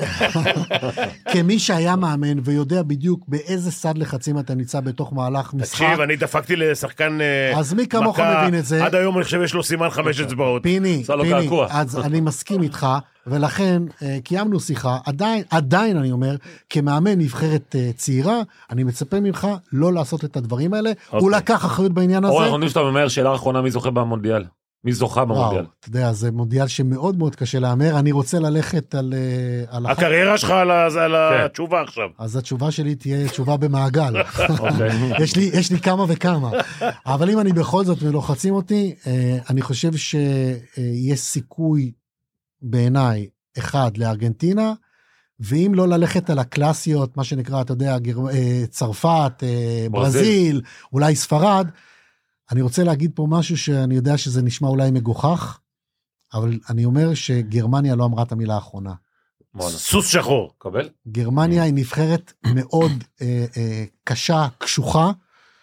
כמי שהיה מאמן ויודע בדיוק באיזה סד לחצים אתה ניצא בתוך מהלך משחק. תקשיב, אני דפקתי לשחקן אז מי כמוך מבין את זה? עד היום אני חושב יש לו סימן חמש אצבעות. פיני, פיני, אז אני מסכים איתך, ולכן קיימנו שיחה, עדיין, עדיין אני אומר, כמאמן נבחרת צעירה, אני מצפה ממך לא לעשות את הדברים האלה, הוא לקח אחריות בעניין הזה. אורן, אנחנו שאתה ממהר, שאלה האחרונה, מי זוכה במונדיאל? מי זוכה במונדיאל? אתה יודע, זה מונדיאל שמאוד מאוד קשה לאמר, אני רוצה ללכת על... הקריירה שלך על התשובה עכשיו. אז התשובה שלי תהיה תשובה במעגל. יש לי כמה וכמה. אבל אם אני בכל זאת ולוחצים אותי, אני חושב שיש סיכוי בעיניי אחד לארגנטינה, ואם לא ללכת על הקלאסיות, מה שנקרא, אתה יודע, צרפת, ברזיל, אולי ספרד, אני רוצה להגיד פה משהו שאני יודע שזה נשמע אולי מגוחך, אבל אני אומר שגרמניה לא אמרה את המילה האחרונה. סוס שחור. קבל? גרמניה היא נבחרת מאוד אה, אה, קשה, קשוחה,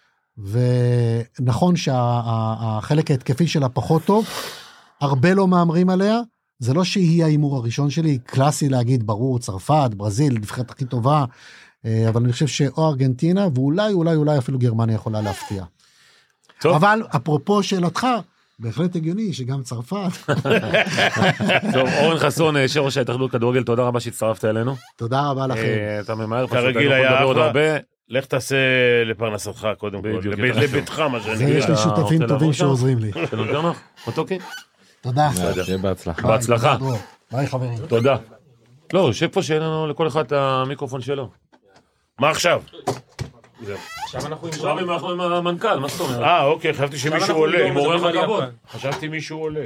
ונכון שהחלק ההתקפי שלה פחות טוב, הרבה לא מאמרים עליה, זה לא שהיא האימור הראשון שלי, קלאסי להגיד, ברור, צרפת, ברזיל, נבחרת הכי טובה, אה, אבל אני חושב שאו ארגנטינה, ואולי, אולי, אולי אפילו גרמניה יכולה להפתיע. טוב. אבל אפרופו שאלתך, בהחלט הגיוני שגם צרפת. טוב, אורן חסון, יושב ראש ההתאחדות כדורגל, תודה רבה שהצטרפת אלינו. תודה רבה לכם. אתה ממהר, פשוט כרגיל היה אחלה. לך תעשה לפרנסתך קודם כל, לביתך מה שאני אגיד. יש לי שותפים טובים שעוזרים לי. שנותר לך, מתוקי? תודה. שיהיה בהצלחה. בהצלחה. ביי חברים. תודה. לא, יושב פה שאין לנו לכל אחד את המיקרופון שלו. מה עכשיו? עכשיו אנחנו עם המנכ"ל, מה זאת אומרת? אה, אוקיי, חשבתי שמישהו עולה. עם עורך הכבוד. חשבתי מישהו עולה.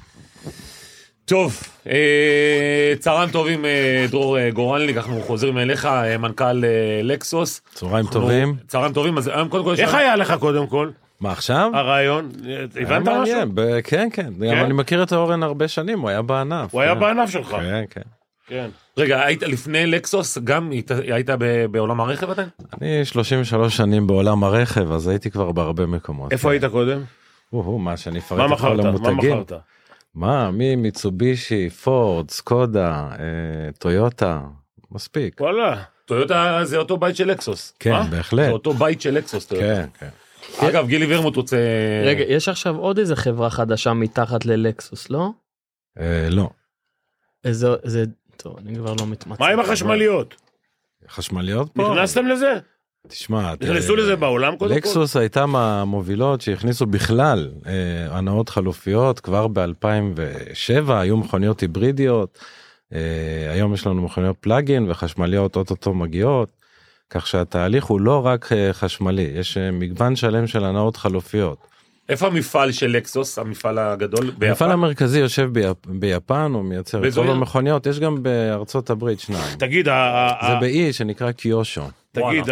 טוב, צהריים טובים, דרור גורלניק, אנחנו חוזרים אליך, מנכ"ל לקסוס. צהריים טובים. צהריים טובים, אז היום קודם כל... איך היה לך קודם כל? מה עכשיו? הרעיון, הבנת משהו? כן, כן, אני מכיר את האורן הרבה שנים, הוא היה בענף. הוא היה בענף שלך. כן, כן. כן. רגע, היית לפני לקסוס, גם היית בעולם הרכב עדיין? אני שלושים ושלוש שנים בעולם הרכב, אז הייתי כבר בהרבה מקומות. איפה היית קודם? או, מה שאני אפרט את כל המותגים. מה מכרת? מה, מי, מיצובישי, פורד, סקודה, טויוטה, מספיק. וואלה. טויוטה זה אותו בית של לקסוס. כן, בהחלט. זה אותו בית של לקסוס, טויוטה. כן, כן. אגב, גילי ורמוט רוצה... רגע, יש עכשיו עוד איזה חברה חדשה מתחת ללקסוס, לא? לא. איזה... טוב, אני כבר לא מתמצא. מה עם החשמליות? חשמליות פה? נכנסתם לזה? תשמע, נכנסו לזה בעולם קודם כל? לקסוס הייתה מהמובילות שהכניסו בכלל אה, הנאות חלופיות, כבר ב-אלפיים ושבע היו מכוניות היברידיות, אה, היום יש לנו מכוניות פלאגין וחשמליות אוטוטו מגיעות, כך שהתהליך הוא לא רק אה, חשמלי, יש אה, מגוון שלם של הנאות חלופיות. איפה המפעל של לקסוס, המפעל הגדול ביפן? המפעל המרכזי יושב ביפ... ביפן, הוא מייצר את כל המכוניות, יש גם בארצות הברית שניים. תגיד, זה באי שנקרא קיושו. תגיד,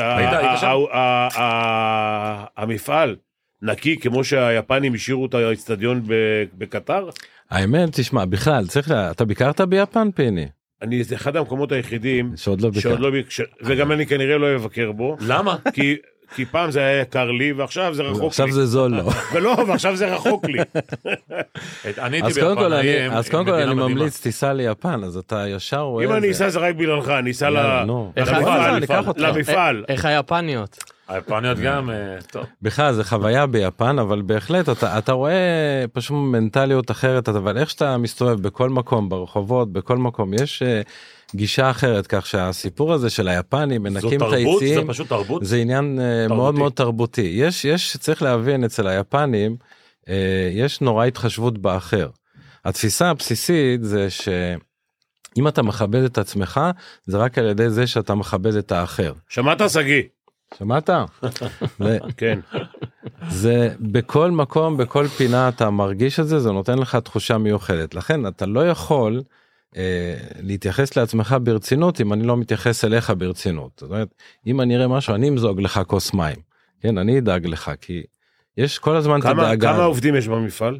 המפעל נקי כמו שהיפנים השאירו את האצטדיון בקטר? האמת, תשמע, בכלל, צריך לה... אתה ביקרת ביפן, פיני? אני, זה אחד המקומות היחידים שעוד לא ביקר. לא ביק... ש... וגם אני כנראה לא אבקר בו. למה? כי, כי פעם זה היה יקר לי, ועכשיו זה רחוק עכשיו לי. זה זול לו. ולא, ועכשיו זה רחוק לי. אז קודם כל אני, אז קודם כל אני ממליץ, תיסע ליפן, אז אתה ישר רואה... אם אני אסע זה רק בגללך, אני אסע למפעל. איך היפניות? היפניות גם, טוב. בכלל זה חוויה ביפן, אבל בהחלט אתה, אתה רואה פשוט מנטליות אחרת, אבל איך שאתה מסתובב בכל מקום, ברחובות, בכל מקום, יש גישה אחרת, כך שהסיפור הזה של היפנים, מנקים את היציאים, זה פשוט תרבות? זה עניין תרבותי. מאוד מאוד תרבותי. יש, יש, צריך להבין אצל היפנים, יש נורא התחשבות באחר. התפיסה הבסיסית זה שאם אתה מכבד את עצמך, זה רק על ידי זה שאתה מכבד את האחר. שמעת סגי? שמעת? כן. זה בכל מקום, בכל פינה אתה מרגיש את זה, זה נותן לך תחושה מיוחדת. לכן אתה לא יכול אה, להתייחס לעצמך ברצינות, אם אני לא מתייחס אליך ברצינות. זאת אומרת, אם אני אראה משהו, אני אמזוג לך כוס מים. כן, אני אדאג לך, כי יש כל הזמן את הדאגה. כמה עובדים יש במפעל?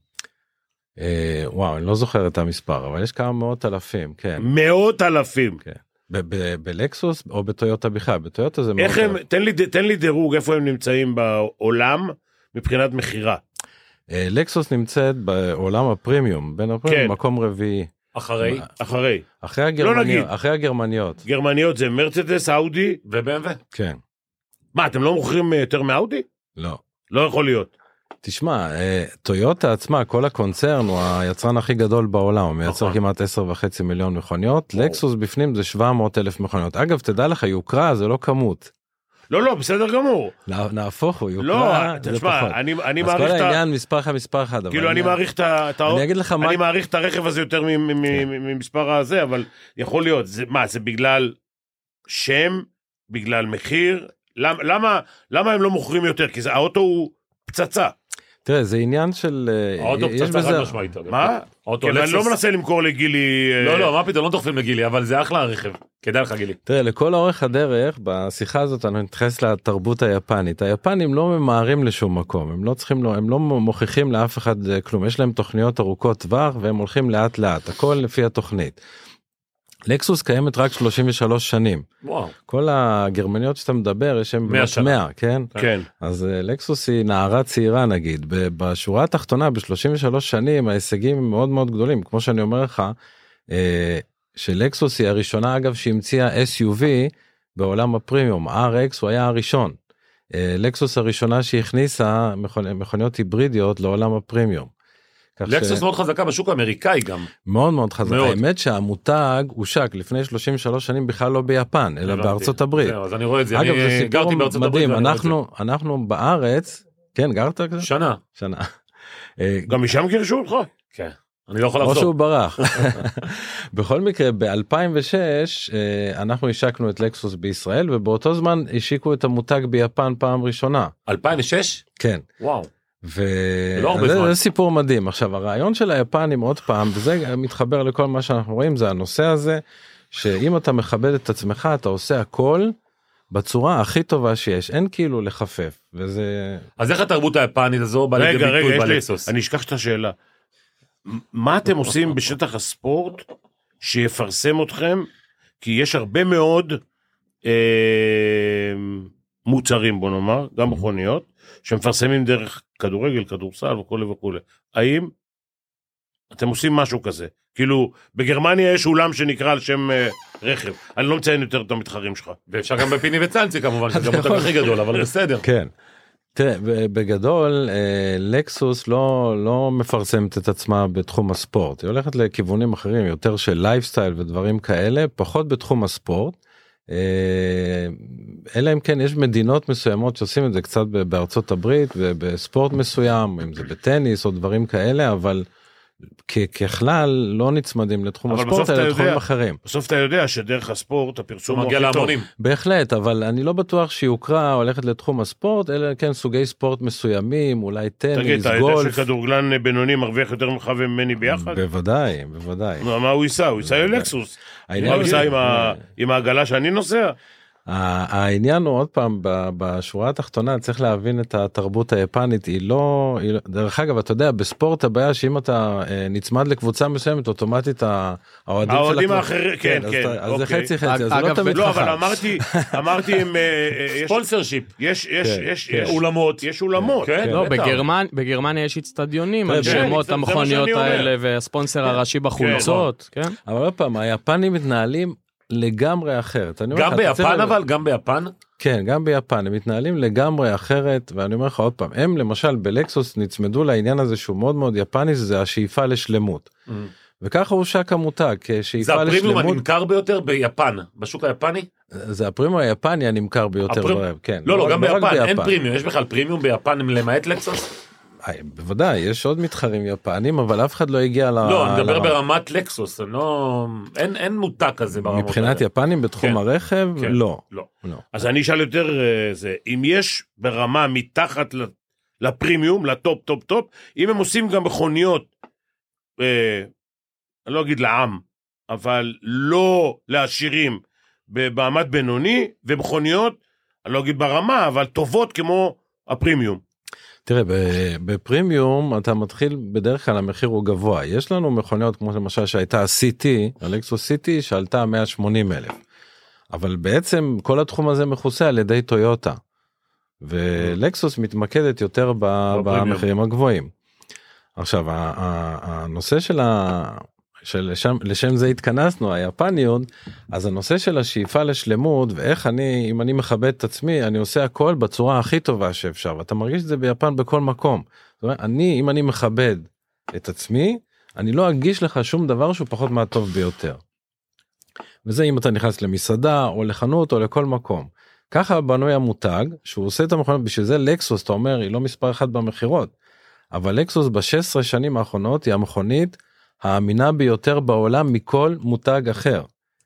אה, וואו, אני לא זוכר את המספר, אבל יש כמה מאות אלפים, כן. מאות אלפים? כן. בלקסוס או בטויוטה בכלל, בטויוטה זה איך הם, תן לי, תן לי דירוג איפה הם נמצאים בעולם מבחינת מחירה. לקסוס נמצאת בעולם הפרימיום, בין הפרימיום, מקום רביעי. אחרי? אחרי. אחרי הגרמניות. אחרי הגרמניות. גרמניות זה מרצדס, אאודי וב-אם דאבליו? כן. מה, אתם לא מוכרים יותר מאאודי? לא. לא יכול להיות. תשמע, טויוטה עצמה, כל הקונצרן הוא היצרן הכי גדול בעולם, הוא מייצר כמעט עשר וחצי מיליון מכוניות, לקסוס בפנים זה שבע מאות אלף מכוניות. אגב, תדע לך, יוקרה זה לא כמות. לא, לא, בסדר גמור. נהפוך הוא, יוקרה זה פחות. אז כל העניין מספר אחד, מספר אחד. כאילו, אני מעריך את הרכב הזה יותר ממספר הזה, אבל יכול להיות, מה, זה בגלל שם, בגלל מחיר? למה הם לא מוכרים יותר? כי האוטו הוא פצצה. תראה, זה עניין של... האוטו פצצה חד משמעית. מה? אני לא מנסה למכור לגילי... לא, לא, מה פתאום, לא דוחפים לגילי, אבל זה אחלה הרכב. כדאי לך גילי. תראה, לכל אורך הדרך, בשיחה הזאת אני מתייחס לתרבות היפנית. היפנים לא ממהרים לשום מקום, הם לא צריכים, הם לא מוכיחים לאף אחד כלום. יש להם תוכניות ארוכות טווח, והם הולכים לאט לאט, הכל לפי התוכנית. לקסוס קיימת רק שלושים ושלוש שנים. וואו. כל הגרמניות שאתה מדבר, יש הם מאה, כן? כן. אז לקסוס היא נערה צעירה נגיד. בשורה התחתונה, ב-שלושים ושלוש שנים, ההישגים הם מאוד מאוד גדולים. כמו שאני אומר לך, שלקסוס היא הראשונה, אגב, שהמציאה אס יו וי בעולם הפרימיום. אר אקס הוא היה הראשון. לקסוס הראשונה שהכניסה מכוניות היברידיות לעולם הפרימיום. לקסוס מאוד חזקה בשוק האמריקאי גם. מאוד מאוד חזקה. האמת שהמותג הושק לפני שלושים ושלוש שנים בכלל לא ביפן, אלא בארצות הברית. אז אני רואה את זה. אגב, זה סיפור מדהים. אנחנו בארץ, כן, גרת כזה? שנה. שנה. גם משם גירשו אותך? כן. אני לא יכול לחזור. או שהוא ברח. בכל מקרה, ב-אלפיים ושש אנחנו השקנו את לקסוס בישראל, ובאותו זמן השיקו את המותג ביפן פעם ראשונה. אלפיים ושש? כן. וואו. וזה סיפור מדהים. עכשיו הרעיון של היפנים עוד פעם, וזה מתחבר לכל מה שאנחנו רואים, זה הנושא הזה שאם אתה מכבד את עצמך אתה עושה הכל בצורה הכי טובה שיש, אין כאילו לחפף. וזה... אז איך התרבות היפנית הזו בא לידי ביטוי בלקסוס? אני אשכח את השאלה, מה אתם עושים בשטח הספורט שיפרסם אתכם? כי יש הרבה מאוד אה, מוצרים, בוא נאמר, גם מכוניות שמפרסמים דרך כדורגל, כדורסל וכו' וכו'. האם אתם עושים משהו כזה? כאילו, בגרמניה יש אולם שנקרא על שם אה, רכב. אני לא מציין יותר את המתחרים שלך. ואפשר גם בפיני וצלצי כמובן, שזה גם אותם הכי גדול, אבל בסדר. כן. תראה, בגדול, לקסוס לא, לא מפרסמת את עצמה בתחום הספורט. היא הולכת לכיוונים אחרים, יותר של לייפסטייל ודברים כאלה, פחות בתחום הספורט. אלא אם כן יש מדינות מסוימות שעושים את זה קצת בארצות הברית ובספורט מסוים, אם זה בטניס או דברים כאלה, אבל ככלל לא נצמדים לתחום הספורט, אלא לתחומים אחרים. בסוף אתה יודע שדרך הספורט הפרסום מגיע להמונים. בהחלט, אבל אני לא בטוח שיוקרה הולכת לתחום הספורט, אלא כן סוגי ספורט מסוימים, אולי טניס, גולף. תגיד, אתה יודע שכדורגלן בינוני מרוויח יותר ממך וממני ביחד? בוודאי, בוודאי. מה הוא ייסע? הוא ייסע ללקסוס. הוא ייסע עם העגלה שאני נוסע. העניין הוא עוד פעם בשורה התחתונה צריך להבין את התרבות היפנית, היא לא, דרך אגב אתה יודע בספורט הבעיה שאם אתה נצמד לקבוצה מסוימת אוטומטית האוהדים האחרים, כן כן, אז זה חצי חצי, אז זה לא תמיד חכם. אבל אמרתי, אמרתי עם ספונסרשיפ, יש אולמות, יש אולמות, בגרמניה יש אצטדיונים על שמות המכוניות האלה והספונסר הראשי בחולצות, אבל עוד פעם היפנים מתנהלים לגמרי אחרת. גם ביפן אבל? גם ביפן? כן, גם ביפן. הם מתנהלים לגמרי אחרת, ואני אומר לך עוד פעם, הם למשל בלקסוס נצמדו לעניין הזה שהוא מאוד מאוד יפני, זה השאיפה לשלמות. וככה הוא שק המותג, כשאיפה לשלמות. זה הפרימיום הנמכר ביותר ביפן, בשוק היפני? זה הפרימיום היפני הנמכר ביותר. לא, לא, גם ביפן, אין פרימיום. יש בכלל פרימיום ביפן למעט לקסוס? בוודאי, יש עוד מתחרים יפנים, אבל אף אחד לא הגיע ל... לא, אני מדבר ברמת לקסוס, אין מותג כזה ברמות. מבחינת יפנים בתחום הרכב, לא. אז אני אשאל יותר זה, אם יש ברמה מתחת לפרימיום, לטופ, טופ, טופ, אם הם עושים גם מכוניות, אני לא אגיד לעם, אבל לא לעשירים, במעמד בינוני, ומכוניות, אני לא אגיד ברמה, אבל טובות כמו הפרימיום. תראה, בפרימיום אתה מתחיל בדרך כלל המחיר הוא גבוה. יש לנו מכוניות כמו למשל שהייתה ה-סי טי, הלקסוס סי טי, שעלתה מאה ושמונים אלף. אבל בעצם כל התחום הזה מכוסה על ידי טויוטה. ולקסוס מתמקדת יותר במחירים הגבוהים. עכשיו, הנושא של ה... שלשם, לשם זה התכנסנו, היפניות, אז הנושא של השאיפה לשלמות, ואיך אני, אם אני מכבד את עצמי, אני עושה הכל בצורה הכי טובה שאפשר, ואתה מרגיש את זה ביפן בכל מקום. זאת אומרת, אני, אם אני מכבד את עצמי, אני לא אגיש לך שום דבר שהוא פחות מהטוב ביותר. וזה אם אתה נכנס למסעדה, או לחנות, או לכל מקום. ככה בנוי המותג, שהוא עושה את המכונות, בשביל זה לקסוס, אתה אומר, היא לא מספר אחד במחירות, אבל לקסוס ב-שש עשרה שנים האחרונות, היא המכונית, האמינה ביותר בעולם מכל מותג אחר.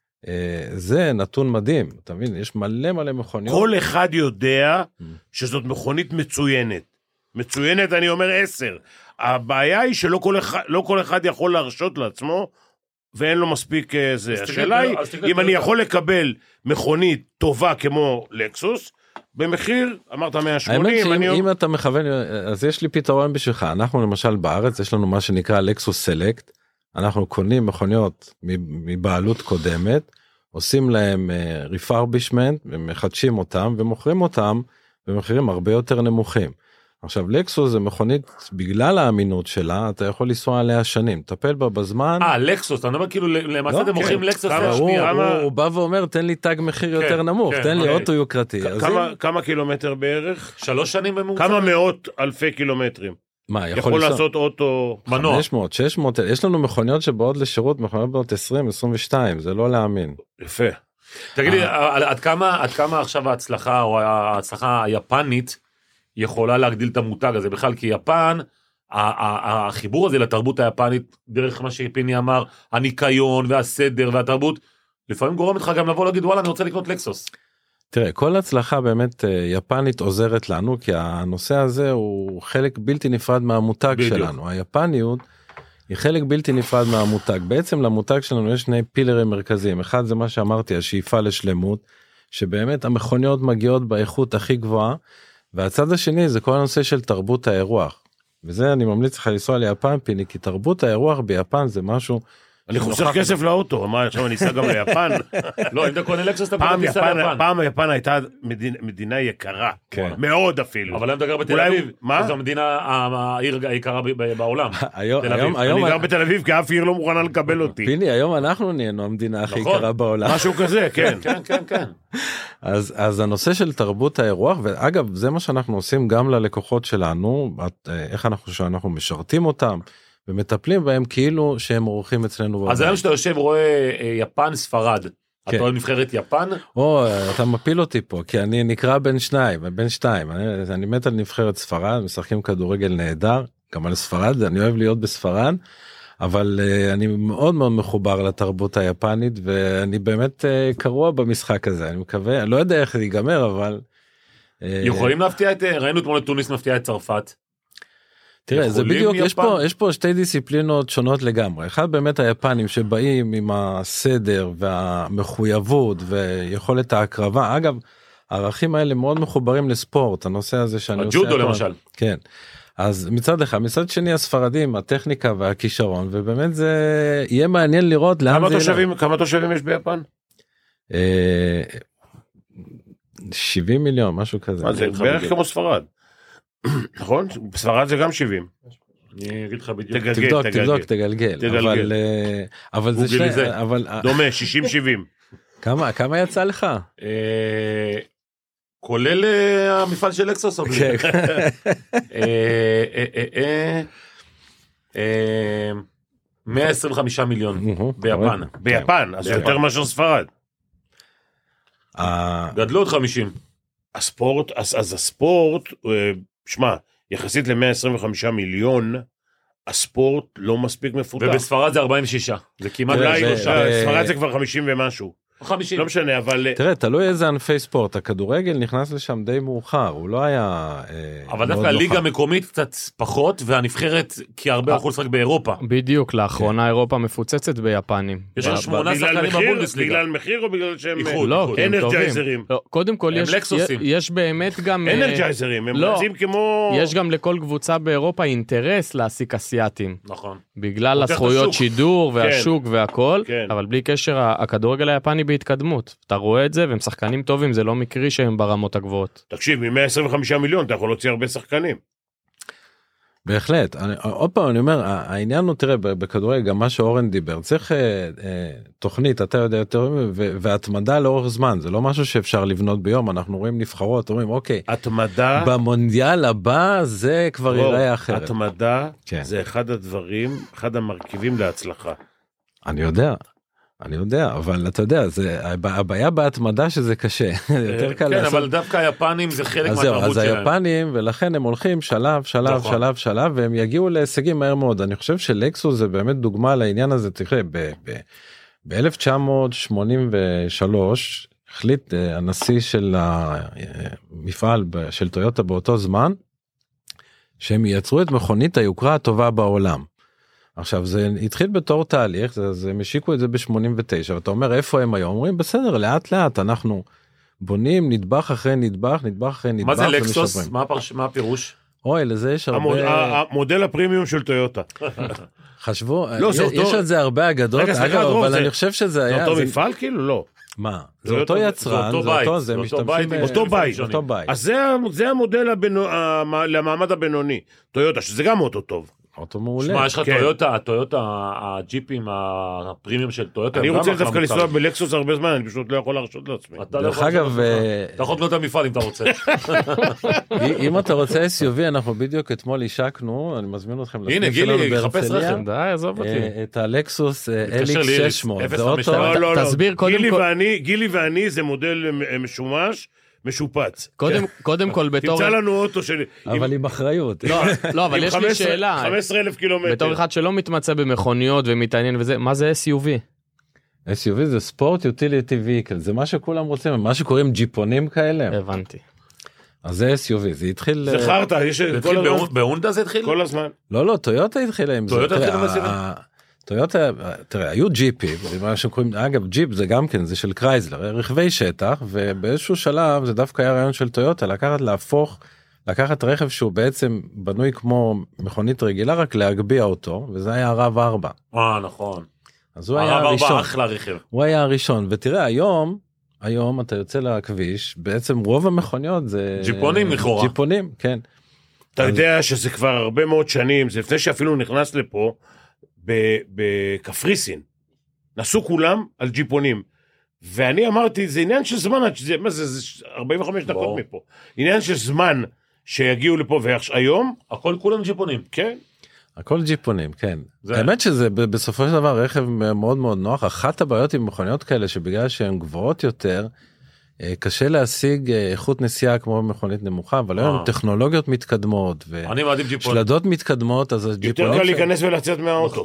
זה נתון מדהים, אתה מבין? יש מלא מלא מכוניות. כל אחד יודע שזאת מכונית מצוינת. מצוינת, אני אומר עשר. הבעיה היא שלא כל אחד, לא כל אחד יכול להרשות לעצמו, ואין לו מספיק זה. השאלה היא, אם אני יכול לקבל מכונית טובה כמו לקסוס, במחיר, אמרת מאה ושמונים. האמת שאם אתה מכוון, אז יש לי פתרון בשבילך. אנחנו למשל בארץ, יש לנו מה שנקרא לקסוס סלקט, אנחנו קונים מכוניות מבעלות קודמת, עושים להם ריפרבישמנט, ומחדשים אותם, ומוכרים אותם במחירים הרבה יותר נמוכים. עכשיו, לקסוס זה מכונית, בגלל האמינות שלה, אתה יכול לנסוע עליה שנים, טפל בה בזמן. אה, לקסוס, אתה אומר כאילו, למעשה אתם מוכרים לקסוס. הוא בא ואומר, תן לי תג מחיר יותר נמוך, תן לי אוטו יוקרתי. כמה קילומטר בערך? שלוש שנים בממוצע? כמה מאות אלפי קילומטרים? מה, יכול לעשות אוטו מנוע? חמש מאות, שש מאות, יש לנו מכוניות שבאות לשירות, מכוניות באות עשרים, עשרים ושתיים, זה לא להאמין. יפה. תגיד לי, עד כמה, עד כמה עכשיו ההצלחה, או ההצלחה היפנית, יכולה להגדיל את המותג הזה בכלל, כי יפן, החיבור הזה לתרבות היפנית, דרך מה שפיני אמר, הניקיון והסדר והתרבות, לפעמים גורם לך גם לבוא להגיד, וואלה, אני רוצה לקנות לקסוס. תראה, כל הצלחה באמת יפנית עוזרת לנו, כי הנושא הזה הוא חלק בלתי נפרד מהמותג בדיוק. שלנו. היפניות היא חלק בלתי נפרד מהמותג. בעצם למותג שלנו יש שני פילרים מרכזיים. אחד זה מה שאמרתי, השאיפה לשלמות, שבאמת המכוניות מגיעות באיכות הכי גבוהה, והצד השני זה כל הנושא של תרבות האירוח. וזה אני ממליץ לך לנסוע ליפן, פיני, כי תרבות האירוח ביפן זה משהו... אני חוסך כסף לאוטו, מה עכשיו אני אסע גם ליפן? לא, אם אתה קונה לקסוס, אתה פתאום תיסע ליפן. פעם יפן הייתה מדינה יקרה, מאוד אפילו. אבל אני גר בתל אביב, זו המדינה, העיר היקרה בעולם. אני גר בתל אביב, כי אף עיר לא מוכנה לקבל אותי. פיני, היום אנחנו נהיינו המדינה הכי יקרה בעולם. משהו כזה, כן. כן, כן, כן. אז הנושא של תרבות האירוח, ואגב, זה מה שאנחנו עושים גם ללקוחות שלנו, איך אנחנו משרתים אותם, ומטפלים בהם כאילו שהם אורחים אצלנו. אז היום שאתה יושב ורואה יפן ספרד, אתה רואה נבחרת יפן? או, אתה מפיל אותי פה, כי אני נקרא בין שניים, בין שתיים, אני מת על נבחרת ספרד, משחקים כדורגל נהדר, גם על ספרד, אני אוהב להיות בספרד, אבל uh, אני מאוד מאוד מחובר לתרבות היפנית, ואני באמת uh, קרוע במשחק הזה, אני מקווה, לא יודע איך זה ייגמר, אבל... Uh, יכולים להפתיע את, ראינו אתמול את טוניס מפתיע את צרפת. תראה, זה בדיוק, יש פה, יש פה שתי דיסציפלינות שונות לגמרי. אחד באמת היפנים שבאים עם הסדר והמחויבות ויכולת ההקרבה. אגב, הערכים האלה מאוד מחוברים לספורט, הנושא הזה שאני עושה... הג'ודו למשל. כן. אז מצד אחד, מצד שני הספרדים, הטכניקה והכישרון, ובאמת זה יהיה מעניין לראות לאן זה... תושבים, כמה תושבים יש ביפן? שבעים מיליון, משהו כזה. מה זה בערך כמו ספרד. נכון? בספרד זה גם שבעים. אני אגיד לך בדיוק. תבדוק, תבדוק, תגלגל. אבל, אבל זה שני, אבל... דומה, שישים שבעים. כמה, כמה יצא לך? כולל המפעל של לקסוס או בלי? מאה עשרים וחמישה מיליון ביפן. ביפן, אז יותר מאשר ספרד. גדלו עוד חמישים. הספורט, אז הספורט, שמע, יחסית ל-מאה עשרים וחמישה מיליון, הספורט לא מספיק מפותח. ובספרד זה ארבעים ושש. זה כמעט... ספרד זה כבר חמישים ומשהו. חמישים. לא משנה, אבל... תראה, תלוי איזה ענפי ספורט, הכדורגל נכנס לשם די מאוחר, הוא לא היה... אבל דווקא הליגה המקומית קצת פחות, והנבחרת, כי הרבה הלכו לשחק באירופה. בדיוק, לאחרונה אירופה מפוצצת ביפנים. יש לנו שמונה שחקנים בבונדסליגה. בגלל מחיר או בגלל שהם אנרג'ייזרים? קודם כל, יש באמת גם... אנרג'ייזרים, הם רצים כמו... יש גם לכל קבוצה באירופה אינטרס להעסיק אסיאטים. נכון. בגלל הזכויות שידור והשוק והכל, אבל בלי קשר, הכדורגל היפני בהתקדמות. אתה רואה את זה, והם שחקנים טובים, זה לא מקרי שהם ברמות הגבוהות. תקשיב, מ-מאה עשרים וחמישה מיליון, אתה יכול להוציא הרבה שחקנים. בהחלט. אני, עוד פעם, אני אומר, העניין הוא, תראה, בכדורגל, גם מה שאורן דיבר, צריך אה, אה, תוכנית, אתה יודע יותר, והתמדה לאורך זמן, זה לא משהו שאפשר לבנות ביום, אנחנו רואים נבחרות, אומרים, אוקיי, התמדה, במונדיאל הבא, זה כבר ייראה אחרת. התמדה, כן. זה אחד הדברים, אחד המרכיבים להצלחה. אני יודע. אני יודע, אבל אתה יודע, זה, הבעיה בהתמדה שזה קשה. יותר קל כן, לעשות... אבל דווקא היפנים זה חלק מהתרבות שלהם. אז שלהם. היפנים, ולכן הם הולכים שלב, שלב, נכון. שלב, שלב, והם יגיעו להישגים מהר מאוד. אני חושב שלקסוס זה באמת דוגמה לעניין הזה. תראה, ב-אלף תשע מאות שמונים ושלוש החליט הנשיא של המפעל של טויוטה באותו זמן, שהם ייצרו את מכונית היוקרה הטובה בעולם. עכשיו זה התחיל בתור תהליך, אז הם השיקו את זה ב-שמונים ותשע, ואתה אומר איפה הם היום? אומרים בסדר, לאט לאט אנחנו בונים נדבך אחרי נדבך, נדבך אחרי נדבך. מה זה לקסוס? מה, הפרש... מה הפירוש? אוי, לזה יש הרבה... המוד... המודל הפרימיום של טויוטה. חשבו, לא, יש, אותו... יש על זה הרבה אגדות, רגע, אגב, אבל זה... אני חושב שזה זה היה... אותו זה... מפעל כאילו? לא. מה? זה אותו יצרן, זה אותו, זה משתמשים... אותו בית. אותו בית. אז זה המודל למעמד הבינוני, טויוטה, שזה גם אוטו טוב. אוטו מעולה. שמע, יש לך טויוטה, הטויוטה, הג'יפים, הפרימיום של טויוטה. אני רוצה דווקא לנסוע בלקסוס הרבה זמן, אני פשוט לא יכול להרשות לעצמי. דרך אגב... אתה יכול לקנות את המפעל אם אתה רוצה. אם אתה רוצה אס יו וי, אנחנו בדיוק אתמול השקנו, אני מזמין אתכם הנה, גילי, חפש רכב. די, עזוב אותי. את הלקסוס אל אקס שש מאות. זה אוטו... לא, לא, לא. תסביר קודם כל... גילי ואני זה מודל משומש, משופץ. קודם, קודם כל בתור... תמצא לנו אוטו של... אבל עם אחריות. לא, לא, אבל יש לי שאלה. חמישה עשר אלף קילומטר. בתור אחד שלא מתמצא במכוניות ומתעניין וזה, מה זה אס יו וי? אס יו וי זה ספורט יוטיליטי ויקל, זה מה שכולם רוצים, מה שקוראים ג'יפונים כאלה. הבנתי. אז זה אס יו וי, זה התחיל... זה חרטה, יש... בהונדה זה התחיל? כל הזמן. לא, לא, טויוטה התחילה עם זה. טויוטה התחילה עם זה. טויוטה, תראה, היו ג'יפים, מה שקוראים, אגב, ג'יפ זה גם כן, זה של קרייזלר, רכבי שטח, ובאיזשהו שלב זה דווקא היה רעיון של טויוטה, לקחת להפוך, לקחת רכב שהוא בעצם בנוי כמו מכונית רגילה, רק להגביע אותו, וזה היה הרב ארבע. אה, נכון. אז הוא היה הראשון. הרב ארבע אחלה רכב. הוא היה הראשון, ותראה, היום, היום אתה יוצא לכביש, בעצם רוב המכוניות זה... ג'יפונים לכאורה. ג'יפונים, כן. אתה יודע שזה כבר הרבה מאוד שנים, זה לפני שאפילו נכנס לפה, בקפריסין, נסעו כולם על ג'יפונים, ואני אמרתי, זה עניין של זמן, זה, מה זה, זה ארבעים וחמש דקות מפה, עניין של זמן שיגיעו לפה, והיום, הכל כולם ג'יפונים. כן. הכל ג'יפונים, כן. זה... האמת שזה בסופו של דבר רכב מאוד מאוד נוח, אחת הבעיות עם מכוניות כאלה, שבגלל שהן גבוהות יותר, קשה להשיג איכות נסיעה כמו מכונית נמוכה, אבל היום טכנולוגיות מתקדמות ושלדות מתקדמות, אז יותר קל להיכנס ולצאת מהאוטו.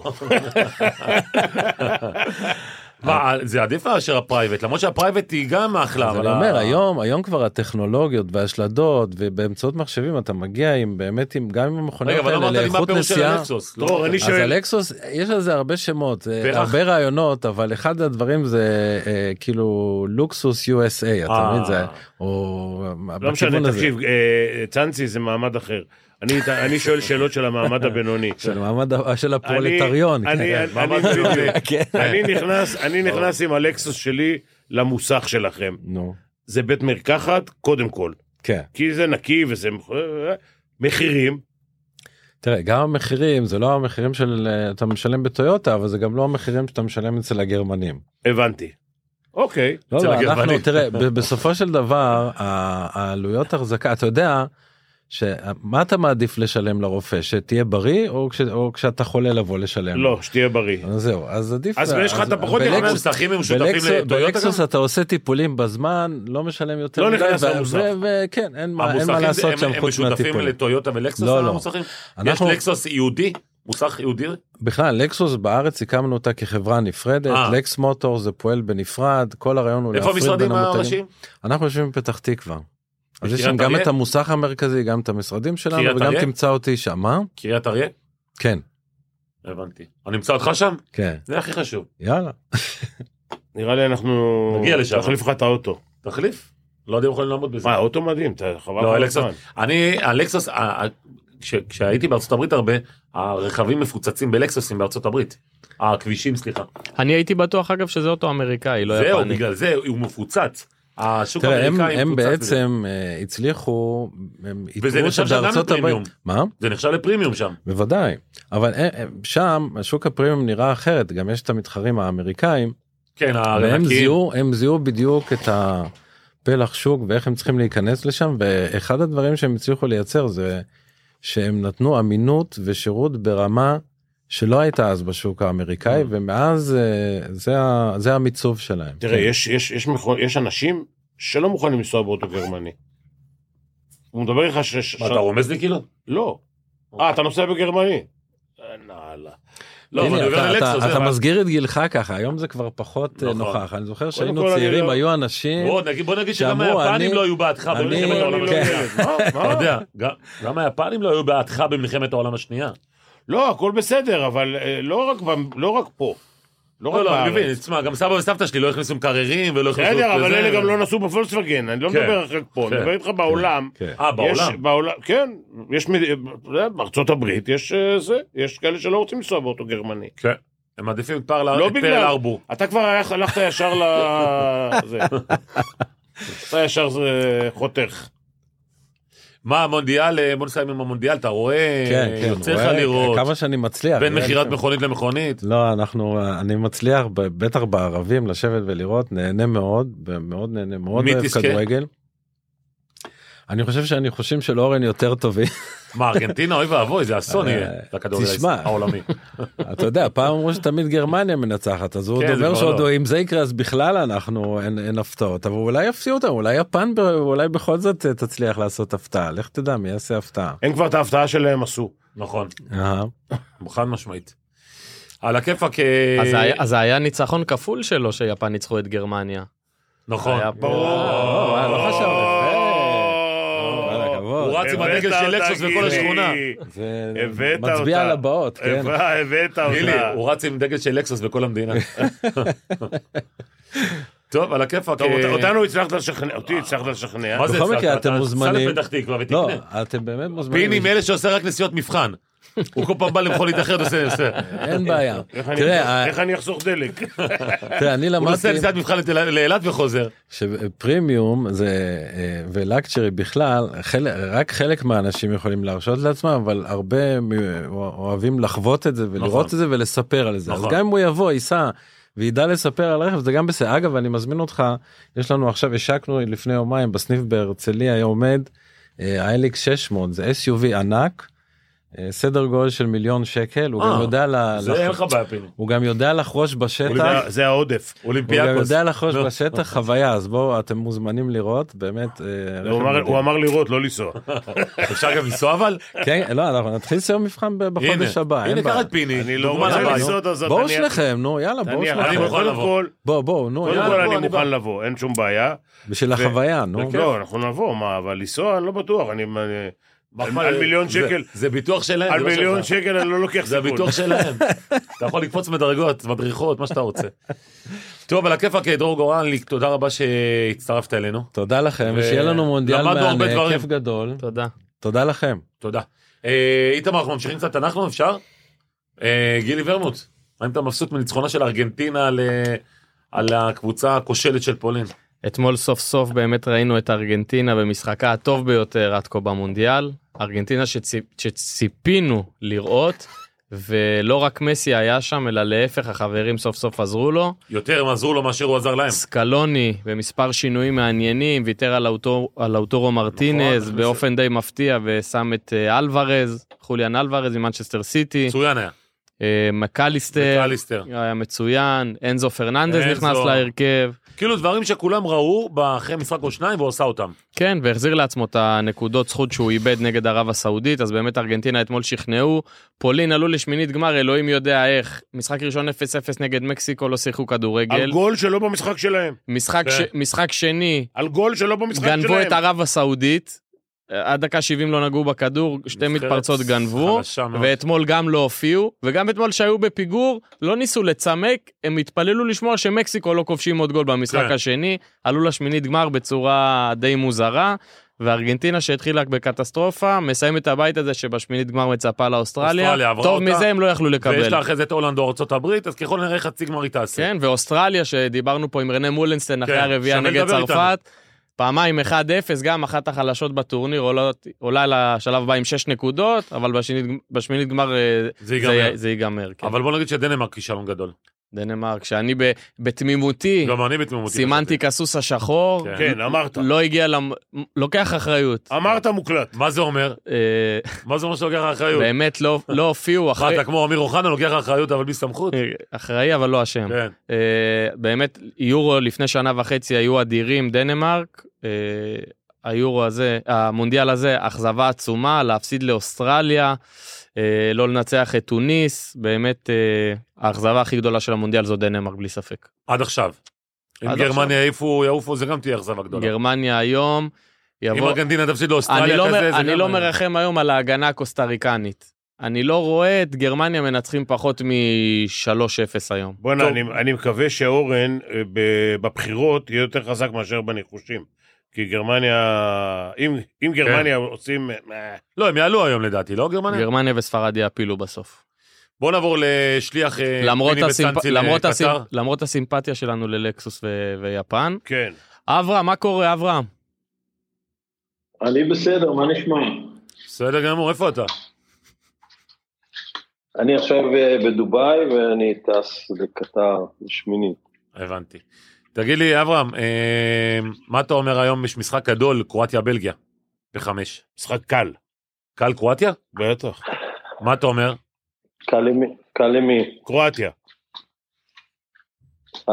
זה עדיף מאשר הפרייבט, למרות שהפרייבט היא גם אחלה. אני אומר, היום, היום כבר הטכנולוגיות והשלדות, ובאמצעות מחשבים אתה מגיע עם, באמת, גם עם המכוניות האלה לאיכות נסיעה. אז הלקסוס, יש על זה הרבה שמות, הרבה רעיונות, אבל אחד הדברים זה כאילו לוקסוס יו אס איי, אתה מבין זה? לא משנה, תקשיב, צאנצי זה מעמד אחר. אני, אני שואל שאלות של המעמד הבינוני. של המעמד של הפרולטריון. אני, אני, אני, אני נכנס, אני נכנס עם הלקסוס שלי למוסך שלכם. נו. זה בית מרקחת, קודם כל. כן. כי זה נקי וזה מחירים. תראה, גם המחירים, זה לא המחירים של, אתה משלם בטויוטה, אבל זה גם לא המחירים שאתה משלם אצל הגרמנים. הבנתי. אוקיי. לא, לא, אנחנו, תראה, בסופו של דבר, העלויות החזקה, אתה יודע, שמה אתה מעדיף לשלם לרופא, שתהיה בריא או, כש, או כשאתה חולה לבוא לשלם? לא, שתהיה בריא. אז זהו, אז עדיף. אז יש לך את הפחות יכולים מוסכים הם שותפים לטויוטה? בלקסוס אתה עושה טיפולים בזמן, לא משלם יותר. לא נכנס למוסך. וכן, אין מה לעשות שם חוץ מהטיפולים. הם משותפים לטויוטה ולקסוס? לא, לא. יש לקסוס יהודי? מוסך יהודי? בכלל, לקסוס בארץ הקמנו אותה כחברה נפרדת, לקס מוטור זה פועל בנפרד, כל הרעיון הוא להפריד בין המותגים. אנחנו יושבים בפתח תקווה. אז יש שם גם את המוסך המרכזי, גם את המשרדים שלנו, וגם תמצא אותי שם, מה? קריית אריה? כן. הבנתי. אני אמצא אותך שם? כן. זה הכי חשוב. יאללה. נראה לי אנחנו... נגיע לשם. תחליף לך את האוטו. תחליף? לא יודע אם יכולים לעמוד בזה. מה, האוטו מדהים, חבל לא, אלקסוס. אני, אלקסוס, כשהייתי בארצות הברית הרבה, הרכבים מפוצצים בלקסוסים בארצות הברית. הכבישים, סליחה. אני הייתי בטוח, אגב, שזה אוטו אמריקאי, לא יפני. זהו, בגלל זה הוא מפוצץ. השוק תראה, הם, הם בעצם uh, הצליחו, הם וזה נחשב שם גם לפרימיום. מה? זה נחשב לפרימיום שם. בוודאי, אבל שם השוק הפרימיום נראה אחרת, גם יש את המתחרים האמריקאים, כן, והם זיהו, הם זיהו בדיוק את הפלח שוק ואיך הם צריכים להיכנס לשם, ואחד הדברים שהם הצליחו לייצר זה שהם נתנו אמינות ושירות ברמה שלא הייתה אז בשוק האמריקאי, ומאז זה, זה המיצוב שלהם. תראה, יש, יש, יש, יש אנשים שלא מוכנים לנסוע באוטו גרמני. הוא מדבר לך ש... מה, אתה רומז לי כאילו? לא. אה, אתה נוסע בגרמני? נעלה. לא, אבל אתה, אתה, אתה, אתה מסגיר את גילך ככה, היום זה כבר פחות נוכח. אני זוכר שהיינו צעירים, היו אנשים... בוא נגיד שגם היפנים לא היו בעדך במלחמת העולם השנייה. אתה יודע, גם היפנים לא היו בעדך במלחמת העולם השנייה. לא, הכל בסדר, אבל לא רק, לא רק פה. לא, לא, אני מבין, תשמע, גם סבא וסבתא שלי לא הכניסו מקררים ולא הכניסו... בסדר, אבל אלה גם לא נסעו בפולקסווגן, אני לא מדבר רק פה, אני מדבר איתך בעולם. אה, בעולם? כן, יש, בארצות הברית יש זה, יש כאלה שלא רוצים לנסוע באוטו גרמני. כן, הם מעדיפים את פרל ארבו. אתה כבר הלכת ישר לזה. אתה ישר חותך. מה המונדיאל, בוא נסיים עם המונדיאל, אתה רואה, יוצא לך לראות, כמה שאני מצליח, בין מחירת מכונית למכונית. לא, אנחנו, אני מצליח, בטח בערבים, לשבת ולראות, נהנה מאוד, מאוד נהנה, מאוד אוהב כדורגל. אני חושב שאני חושב שלאורן יותר טובים. מה, ארגנטינה, אוי ואבוי, זה אסון יהיה, לכדורגל העולמי. אתה יודע, פעם אמרו שתמיד גרמניה מנצחת, אז הוא אומר שעוד אם זה יקרה, אז בכלל אנחנו אין הפתעות, אבל אולי יפסיעו אותם, אולי יפן, אולי בכל זאת תצליח לעשות הפתעה, לך תדע, מי יעשה הפתעה. הם כבר את ההפתעה שלהם עשו. נכון. חד משמעית. על הכיפאק... אז זה היה ניצחון כפול שלו, שיפן ניצחו את גרמניה. נכון. לא חשב. הוא רץ עם הדגל של לקסוס וכל השכונה. מצביע על הבאות, כן. הבאת אותה. הוא רץ עם דגל של לקסוס וכל המדינה. טוב, על הכיפאק. אותנו הצלחת לשכנע, אותי הצלחת לשכנע. מה זה בכל מקרה, אתם מוזמנים. סע לפתח תקווה ותקנה. לא, אתם באמת מוזמנים. פיני מאלה שעושה רק נסיעות מבחן. הוא כל פעם בא למכונית אחרת עושה עושה. אין בעיה. איך אני אחסוך דלק? תראה, אני למדתי... הוא נוסע נסיעת מבחן לאילת וחוזר. שפרימיום ולקצ'רי בכלל, רק חלק מהאנשים יכולים להרשות לעצמם, אבל הרבה אוהבים לחוות את זה ולראות את זה ולספר על זה. אז גם אם הוא יבוא, ייסע וידע לספר על רכב, זה גם בסדר. אגב, אני מזמין אותך, יש לנו עכשיו, השקנו לפני יומיים בסניף בהרצליה, היה עומד, ה-אל אקס שש מאות, זה אס יו וי ענק, סדר גודל של מיליון שקל, הוא גם יודע הוא גם יודע לחרוש בשטח, זה העודף, הוא גם יודע לחרוש בשטח חוויה, אז בואו אתם מוזמנים לראות, באמת. הוא אמר לראות, לא לנסוע. אפשר גם לנסוע אבל? כן, לא, אנחנו נתחיל סיום מבחן בחודש הבא. הנה קח את פיני, אני לא רוצה לנסוע, בואו שלכם, נו יאללה, בואו שלכם. בואו, בואו, נו. קודם כל אני מוכן לבוא, אין שום בעיה. בשביל החוויה, נו. לא, אנחנו נבוא, מה, אבל לנסוע, אני לא בטוח, אני... על מיליון שקל. זה ביטוח שלהם. על מיליון שקל אני לא לוקח סיכון. זה ביטוח שלהם. אתה יכול לקפוץ מדרגות, מדריכות, מה שאתה רוצה. טוב, על הכיפק, דרור גורלניק, תודה רבה שהצטרפת אלינו. תודה לכם, ושיהיה לנו מונדיאל מהנה, כיף גדול. תודה. תודה לכם. תודה. איתמר, אנחנו ממשיכים קצת, אנחנו אפשר? גילי ורמוט, האם אתה מבסוט מניצחונה של ארגנטינה על הקבוצה הכושלת של פולין? אתמול סוף סוף באמת ראינו את ארגנטינה במשחקה הטוב ביותר עד כה במונדיאל, ארגנטינה שציפ, שציפינו לראות, ולא רק מסי היה שם, אלא להפך, החברים סוף סוף עזרו לו. יותר הם עזרו לו מאשר הוא עזר להם. סקלוני, במספר שינויים מעניינים, ויתר על, האוטור, על האוטורו מרטינז, נכון, באופן זה... די מפתיע, ושם את uh, אלוורז, חוליאן אלוורז ממנצ'סטר סיטי. מצוין היה. Uh, מקליסטר, מקליסטר, היה מצוין, אנזו פרננדז אנזו. נכנס להרכב. כאילו דברים שכולם ראו אחרי משחק או שניים ועושה אותם. כן, והחזיר לעצמו את הנקודות זכות שהוא איבד נגד ערב הסעודית, אז באמת ארגנטינה אתמול שכנעו, פולין עלו לשמינית גמר, אלוהים יודע איך, משחק ראשון אפס אפס נגד מקסיקו, לא שיחקו כדורגל. על גול שלא במשחק שלהם. משחק, ש... משחק שני, על גול שלא במשחק שלהם. גנבו את ערב הסעודית, עד דקה שבעים לא נגעו בכדור, שתי מתפרצות גנבו, ואתמול גם לא הופיעו, וגם אתמול שהיו בפיגור, לא ניסו לצמק, הם התפללו לשמוע שמקסיקו לא כובשים עוד גול במשחק השני, עלו לשמינית גמר בצורה די מוזרה, וארגנטינה שהתחילה בקטסטרופה, מסיים את הבית הזה שבשמינית גמר מצפה לאוסטרליה, טוב מזה הם לא יכלו לקבל. ויש לה אחרי זה את הולנד או ארצות הברית, אז ככל נראה חצי גמר היא תעשה. כן, ואוסטרליה שדיברנו פה עם רנה מולנסטיין אחרי הרביעייה נגד צרפת, פעמיים אחד אפס, גם אחת החלשות בטורניר, עולה, עולה לשלב הבא עם שש נקודות, אבל בשמינית, בשמינית גמר זה ייגמר. זה, זה ייגמר, כן. אבל בוא נגיד שדנמרק כישלון גדול. דנמרק, שאני בתמימותי, גם אני בתמימותי. סימנתי כסוס השחור. כן, כן, אמרת. לא הגיע, למ... לוקח אחריות. אמרת מוקלט. מה זה אומר? מה זה אומר שלוקח אחריות? באמת לא, לא הופיעו אחרי... מה, אתה כמו אמיר אוחנה, לוקח אחריות, אבל בלי סמכות? אחראי, אבל לא אשם. כן. באמת, יורו לפני שנה וחצי היו אדירים, דנמרק, היורו הזה, המונדיאל הזה, אכזבה עצומה, להפסיד לאוסטרליה, לא לנצח את טוניס, באמת האכזבה הכי גדולה של המונדיאל זו דנמרק בלי ספק. עד עכשיו. אם גרמניה יעיפו, יעופו, זה גם תהיה אכזבה גדולה. גרמניה היום, אם ארגנטינה תפסיד לאוסטרליה כזה, אני לא מרחם היום על ההגנה הקוסטריקנית. אני לא רואה את גרמניה מנצחים פחות מ-שלוש אפס היום. בוא'נה, אני, אני מקווה שאורן בבחירות יהיה יותר חזק מאשר בניחושים. כי גרמניה, אם, אם גרמניה כן. עושים... לא, הם יעלו היום לדעתי, לא גרמניה? גרמניה וספרד יעפילו בסוף. בואו נעבור לשליח למרות, הסימפ... למרות, הסימפ... למרות הסימפתיה שלנו ללקסוס ו... ויפן. כן. אברהם, מה קורה אברהם? אני בסדר, מה נשמע? בסדר גמור, איפה אתה? אני עכשיו בדוביי ואני טס לקטר לשמינית. הבנתי. תגיד לי אברהם, אה, מה אתה אומר היום? יש משחק גדול, קרואטיה-בלגיה, בחמש. משחק קל. קל קרואטיה? בטח. מה אתה אומר? קל למי? קל למי? קרואטיה. אה,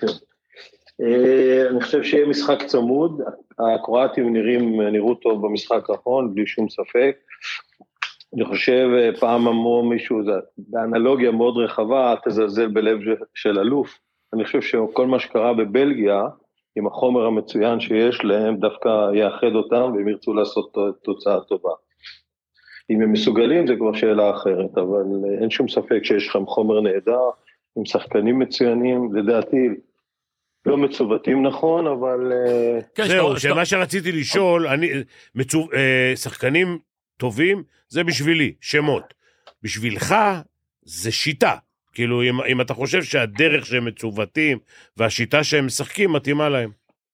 אני חושב שיהיה משחק צמוד, הקרואטים נראים, נראו טוב במשחק האחרון, בלי שום ספק. אני חושב, פעם אמרו מישהו, זה באנלוגיה מאוד רחבה, תזלזל בלב של אלוף. אני חושב שכל מה שקרה בבלגיה, עם החומר המצוין שיש להם, דווקא יאחד אותם, והם ירצו לעשות תוצאה טובה. אם הם מסוגלים, זה כבר שאלה אחרת, אבל אין שום ספק שיש לכם חומר נהדר, עם שחקנים מצוינים, לדעתי, לא מצוותים נכון, אבל... זהו, שמה שרציתי לשאול, שחקנים טובים, זה בשבילי, שמות. בשבילך, זה שיטה. כאילו, אם, אם אתה חושב שהדרך שהם מצוותים, והשיטה שהם משחקים, מתאימה להם.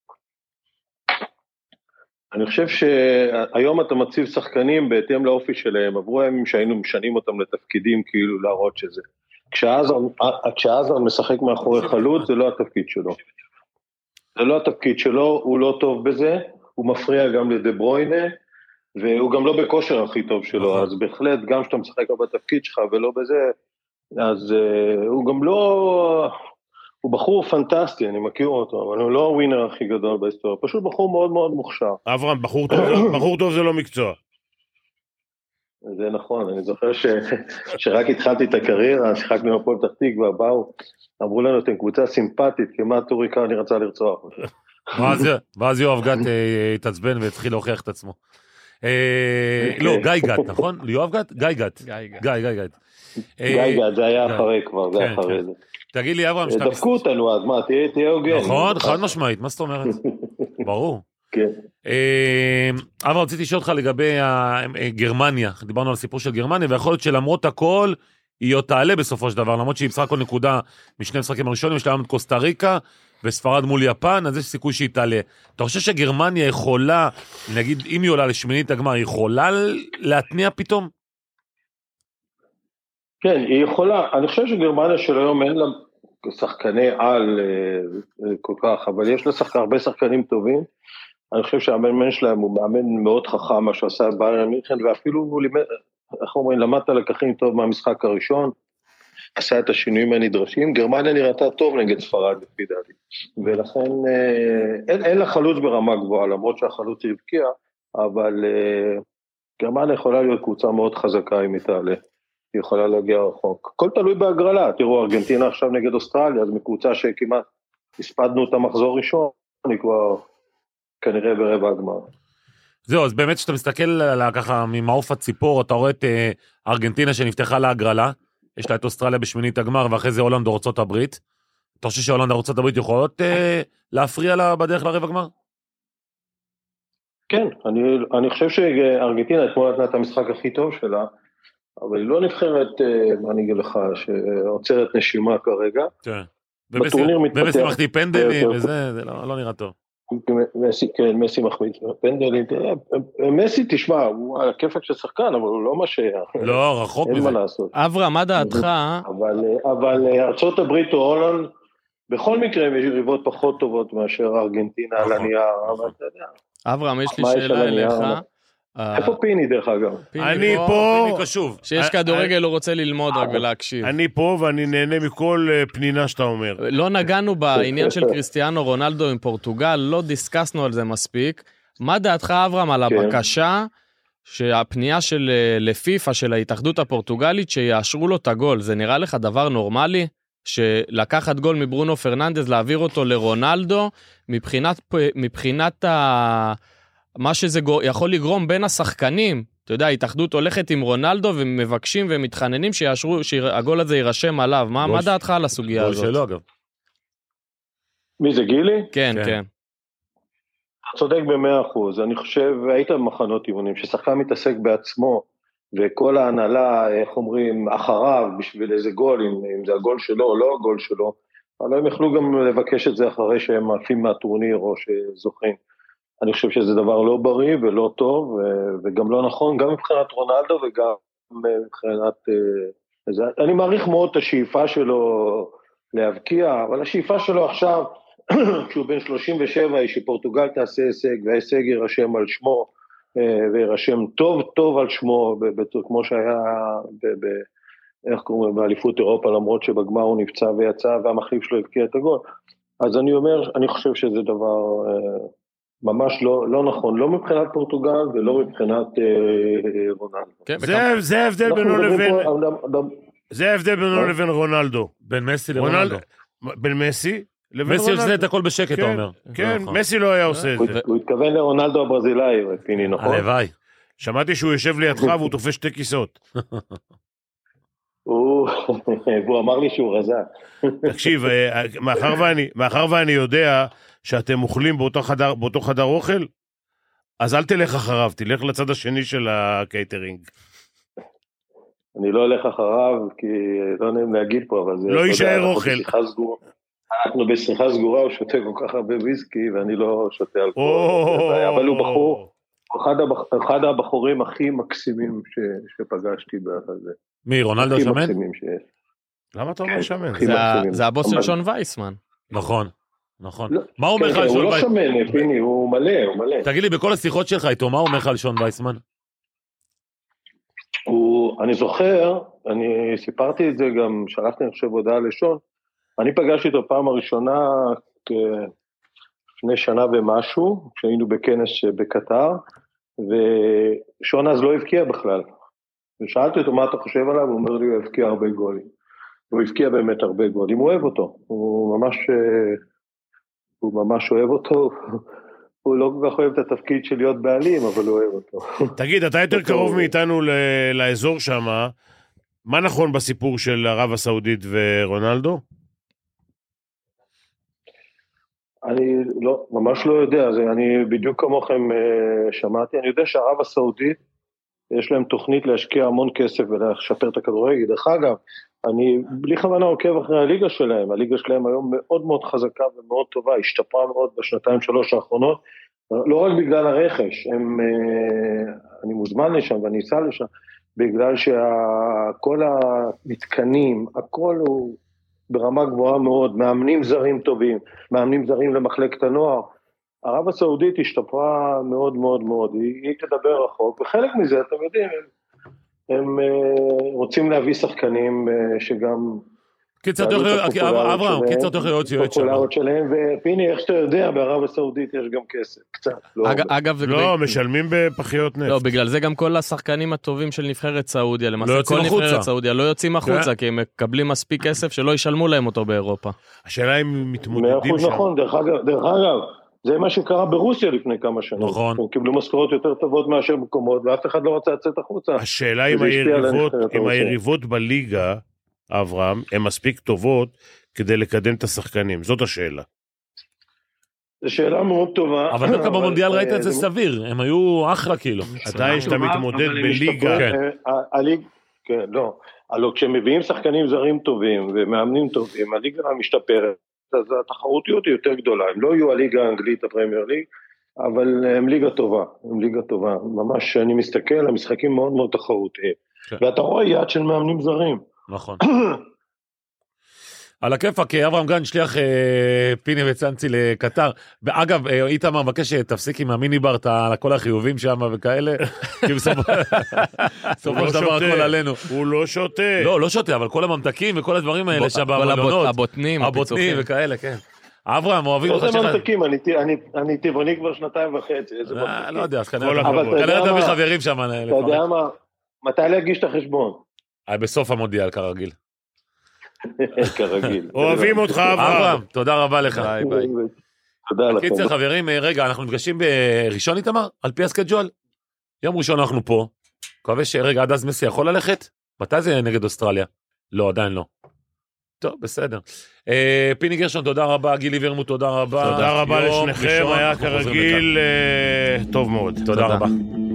אני חושב שהיום אתה מציב שחקנים בהתאם לאופי שלהם, עברו הימים שהיינו משנים אותם לתפקידים, כאילו להראות שזה. כשאזרן משחק מאחורי חלוץ, זה לא התפקיד שלו. זה לא התפקיד שלו, הוא לא טוב בזה, הוא מפריע גם לדברוינה, והוא גם לא בכושר הכי טוב שלו, אז בהחלט, גם שאתה משחק בתפקיד שלך ולא בזה, אז uh, הוא גם לא, הוא בחור פנטסטי, אני מכיר אותו, אבל הוא לא הווינר הכי גדול בהיסטוריה, פשוט בחור מאוד מאוד מוכשר. אברהם, בחור טוב, בחור טוב זה לא מקצוע. זה נכון, אני זוכר ש... שרק התחלתי את הקריירה, שיחקנו בפועל פתח תקווה, באו, אמרו לנו, אתם קבוצה סימפטית, כמעט טורי קרני רצה לרצוח. ואז יואב גת התעצבן והתחיל להוכיח את עצמו. לא, גיא גת, נכון? יואב גת? גיא גת. גיא גיא גת. גיא גת, זה היה אחרי כבר, זה אחרי זה. תגיד לי, אברהם, שאתה... דפקו אותנו, אז מה, תהיה הוגן. נכון, חד משמעית, מה זאת אומרת? ברור. כן. אברהם, רציתי לשאול אותך לגבי גרמניה, דיברנו על הסיפור של גרמניה, ויכול להיות שלמרות הכל, היא עוד תעלה בסופו של דבר, למרות שהיא בסך הכל נקודה משני משחקים הראשונים, יש להם את קוסטה ריקה, וספרד מול יפן, אז יש סיכוי שהיא תעלה. אתה חושב שגרמניה יכולה, נגיד, אם היא עולה לשמינית הגמר, היא יכולה להתניע פתאום? כן, היא יכולה, אני חושב שגרמניה של היום אין לה שחקני על כל כך, אבל יש לה שחק, הרבה שחקנים טובים, אני חושב שהמאמן שלהם הוא מאמן מאוד חכם, מה שעשה ביירן מינכן, ואפילו הוא לימד, איך אומרים, למד את הלקחים טוב מהמשחק הראשון, עשה את השינויים הנדרשים, גרמניה נראתה טוב נגד ספרד לפי דעתי, ולכן אין, אין לה חלוץ ברמה גבוהה, למרות שהחלוץ הבקיע, אבל גרמניה יכולה להיות קבוצה מאוד חזקה אם היא תעלה, היא יכולה להגיע רחוק. הכל תלוי בהגרלה, תראו, ארגנטינה עכשיו נגד אוסטרליה, אז מקבוצה שכמעט הספדנו את המחזור ראשון, אני כבר כנראה ברבע הגמר. זהו, אז באמת שאתה מסתכל עליה ככה ממעוף הציפור, אתה רואה את ארגנטינה שנפתחה להגרלה, יש לה את אוסטרליה בשמינית הגמר, ואחרי זה הולנד ארצות הברית. אתה חושב שהולנד ארצות הברית יכולות אה, להפריע לה בדרך לרבע הגמר? כן, אני, אני חושב שארגנטינה אתמול נתנה את המשחק הכי טוב שלה, אבל היא לא נבחרת, מה אני אגיד לך, שעוצרת נשימה כרגע. כן. ומסי מחטיא פנדלים, וזה זה לא, לא נראה טוב. מסי, כן, מסי מחמיץ פנדלים, מסי תשמע, הוא על הכיפק של שחקן, אבל הוא לא מה שהיה. לא, רחוק מזה. אין מה לעשות. אברהם, מה דעתך? אבל, אבל ארצות הברית או הולנד, בכל מקרה הם יריבות פחות טובות מאשר ארגנטינה על הנייר, אבל אתה יודע. אברהם, יש לי שאלה אליך. איפה פיני דרך אגב? אני פה, שיש כדורגל הוא רוצה ללמוד רק ולהקשיב. אני פה ואני נהנה מכל פנינה שאתה אומר. לא נגענו בעניין של קריסטיאנו רונלדו עם פורטוגל, לא דיסקסנו על זה מספיק. מה דעתך אברהם על הבקשה שהפנייה של לפיפה של ההתאחדות הפורטוגלית שיאשרו לו את הגול? זה נראה לך דבר נורמלי? שלקחת גול מברונו פרננדז להעביר אותו לרונלדו מבחינת מבחינת ה... מה שזה יכול לגרום בין השחקנים, אתה יודע, ההתאחדות הולכת עם רונלדו ומבקשים ומתחננים שיאשרו, שהגול הזה יירשם עליו. מה, מה דעתך על הסוגיה הזאת? שלא, אגב. מי זה, גילי? כן, כן. כן. צודק במאה אחוז. אני חושב, היית במחנות אימונים, ששחקן מתעסק בעצמו, וכל ההנהלה, איך אומרים, אחריו, בשביל איזה גול, אם, אם זה הגול שלו או לא הגול שלו, אבל הם יכלו גם לבקש את זה אחרי שהם מעפים מהטורניר או שזוכים. אני חושב שזה דבר לא בריא ולא טוב, וגם לא נכון, גם מבחינת רונלדו וגם מבחינת... אני מעריך מאוד את השאיפה שלו להבקיע, אבל השאיפה שלו עכשיו, כשהוא בן שלושים ושבע, היא שפורטוגל תעשה הישג, וההישג יירשם על שמו, וירשם טוב טוב על שמו, כמו שהיה, איך קוראים, באליפות אירופה, למרות שבגמר הוא נפצע ויצא, והמחליף שלו הבקיע את הגול. אז אני אומר, אני חושב שזה דבר... ממש לא, לא נכון, לא מבחינת פורטוגל ולא מבחינת אה, רונלדו. כן, זה, זה ההבדל בינו לבין, פה, זה ההבדל בינו לבין רונלדו. בין מסי לרונלדו. בין מסי לבין מסי עושה את הכל בשקט, אתה אומר. כן, מסי לא היה עושה את זה. הוא התכוון לרונלדו הברזילאי, פיני, נכון? הלוואי. שמעתי שהוא יושב לידך והוא תופס שתי כיסאות. והוא אמר לי שהוא רזה. תקשיב, מאחר ואני יודע שאתם אוכלים באותו חדר, באותו חדר אוכל, אז אל תלך אחריו, תלך לצד השני של הקייטרינג. אני לא אלך אחריו, כי לא נעים להגיד פה, אבל זה... לא יישאר אוכל. אנחנו בשיחה סגורה, הוא שותה כל כך הרבה ויסקי, ואני לא שותה אלכוהול. אבל הוא בחור, אחד הבחורים הכי מקסימים שפגשתי בזה. מי, רונלדו שמן? הכי מקסימים שיש. למה אתה אומר שמן? זה הבוס של שון וייסמן. נכון. נכון. מה הוא אומר לך על שון הוא לא וייסמן? שמן, פיני, הוא מלא, הוא מלא. תגיד לי, בכל השיחות שלך איתו, מה הוא אומר לך על שון וייסמן? הוא, אני זוכר, אני סיפרתי את זה גם, שלחתי אני חושב הודעה לשון, אני פגשתי אותו פעם הראשונה לפני שנה ומשהו, כשהיינו בכנס בקטר, ושון אז לא הבקיע בכלל. ושאלתי אותו מה אתה חושב עליו, הוא אומר לי הוא הבקיע הרבה גולים. הוא הבקיע באמת הרבה גולים, הוא אוהב אותו, הוא ממש, הוא ממש אוהב אותו, הוא לא כל כך אוהב את התפקיד של להיות בעלים, אבל הוא אוהב אותו. תגיד, אתה יותר קרוב מאיתנו לאזור שם, מה נכון בסיפור של ערב הסעודית ורונלדו? אני לא, ממש לא יודע, זה, אני בדיוק כמוכם שמעתי, אני יודע שערב הסעודית, יש להם תוכנית להשקיע המון כסף ולשפר את הכדורגל. דרך אגב, אני בלי כוונה עוקב אחרי הליגה שלהם, הליגה שלהם היום מאוד מאוד חזקה ומאוד טובה, השתפרה מאוד בשנתיים שלוש האחרונות, לא רק בגלל הרכש, הם, אני מוזמן לשם ואני אסע לשם, בגלל שכל המתקנים, הכל הוא ברמה גבוהה מאוד, מאמנים זרים טובים, מאמנים זרים למחלקת הנוער, ערב הסעודית השתפרה מאוד מאוד מאוד, היא, היא תדבר רחוק, וחלק מזה, אתם יודעים, הם, הם רוצים להביא שחקנים שגם... קיצר תוך אברהם, קיצר תוך להיות יועץ שלהם, ופיני, איך שאתה יודע, בערב הסעודית יש גם כסף, קצת. אגב, לא, משלמים בפחיות נפט. לא, בגלל זה גם כל השחקנים הטובים של נבחרת סעודיה, למעשה כל נבחרת סעודיה לא יוצאים החוצה, כי הם מקבלים מספיק כסף שלא ישלמו להם אותו באירופה. השאלה אם מתמודדים שם. נכון, דרך אגב, דרך אגב, זה מה שקרה ברוסיה לפני כמה שנים. נכון. הם קיבלו משכורות יותר טובות מאשר מקומות, ואף אחד לא רצה לצאת החוצה. השאלה אם היריבות, אם היריבות בליגה, אברהם, הן מספיק טובות כדי לקדם את השחקנים. זאת השאלה. זו שאלה מאוד טובה. אבל דווקא במונדיאל ראית את זה סביר. הם היו אחלה כאילו. עדיין שאתה מתמודד בליגה. כן, לא. הלוא כשמביאים שחקנים זרים טובים ומאמנים טובים, הליגה משתפרת. אז התחרותיות היא יותר גדולה, הם לא יהיו הליגה האנגלית, הפרמייר ליג, אבל הם ליגה טובה, הם ליגה טובה, ממש אני מסתכל, המשחקים מאוד מאוד תחרותיים, ואתה רואה יד של מאמנים זרים. נכון. על הכיפק, אברהם גן שליח פיני וצנצי לקטר, ואגב, איתמר מבקש שתפסיק עם המיני ברט על כל החיובים שם וכאלה, כי בסופו של דבר הכל עלינו. הוא לא שותה. לא, לא שותה, אבל כל הממתקים וכל הדברים האלה שם במלונות. הבוטנים, הבוטנים וכאלה, כן. אברהם, אוהבים אותך שלך. איזה ממתקים, אני טבעוני כבר שנתיים וחצי, איזה ממתקים. לא יודע, אז כנראה תביא חברים שם. אתה יודע מה, מתי להגיש את החשבון? בסוף המונדיאל, כרגיל. כרגיל. אוהבים אותך, אברהם. תודה רבה לך. ביי ביי. תודה לכם. קיצר חברים, רגע, אנחנו נפגשים בראשון איתמר, על פי הסקייג'ואל. יום ראשון אנחנו פה. מקווה שרגע, עד אז מסי יכול ללכת? מתי זה נגד אוסטרליה? לא, עדיין לא. טוב, בסדר. פיני גרשון, תודה רבה. גילי ורמוט, תודה רבה. תודה רבה לשניכם, היה כרגיל טוב מאוד. תודה רבה.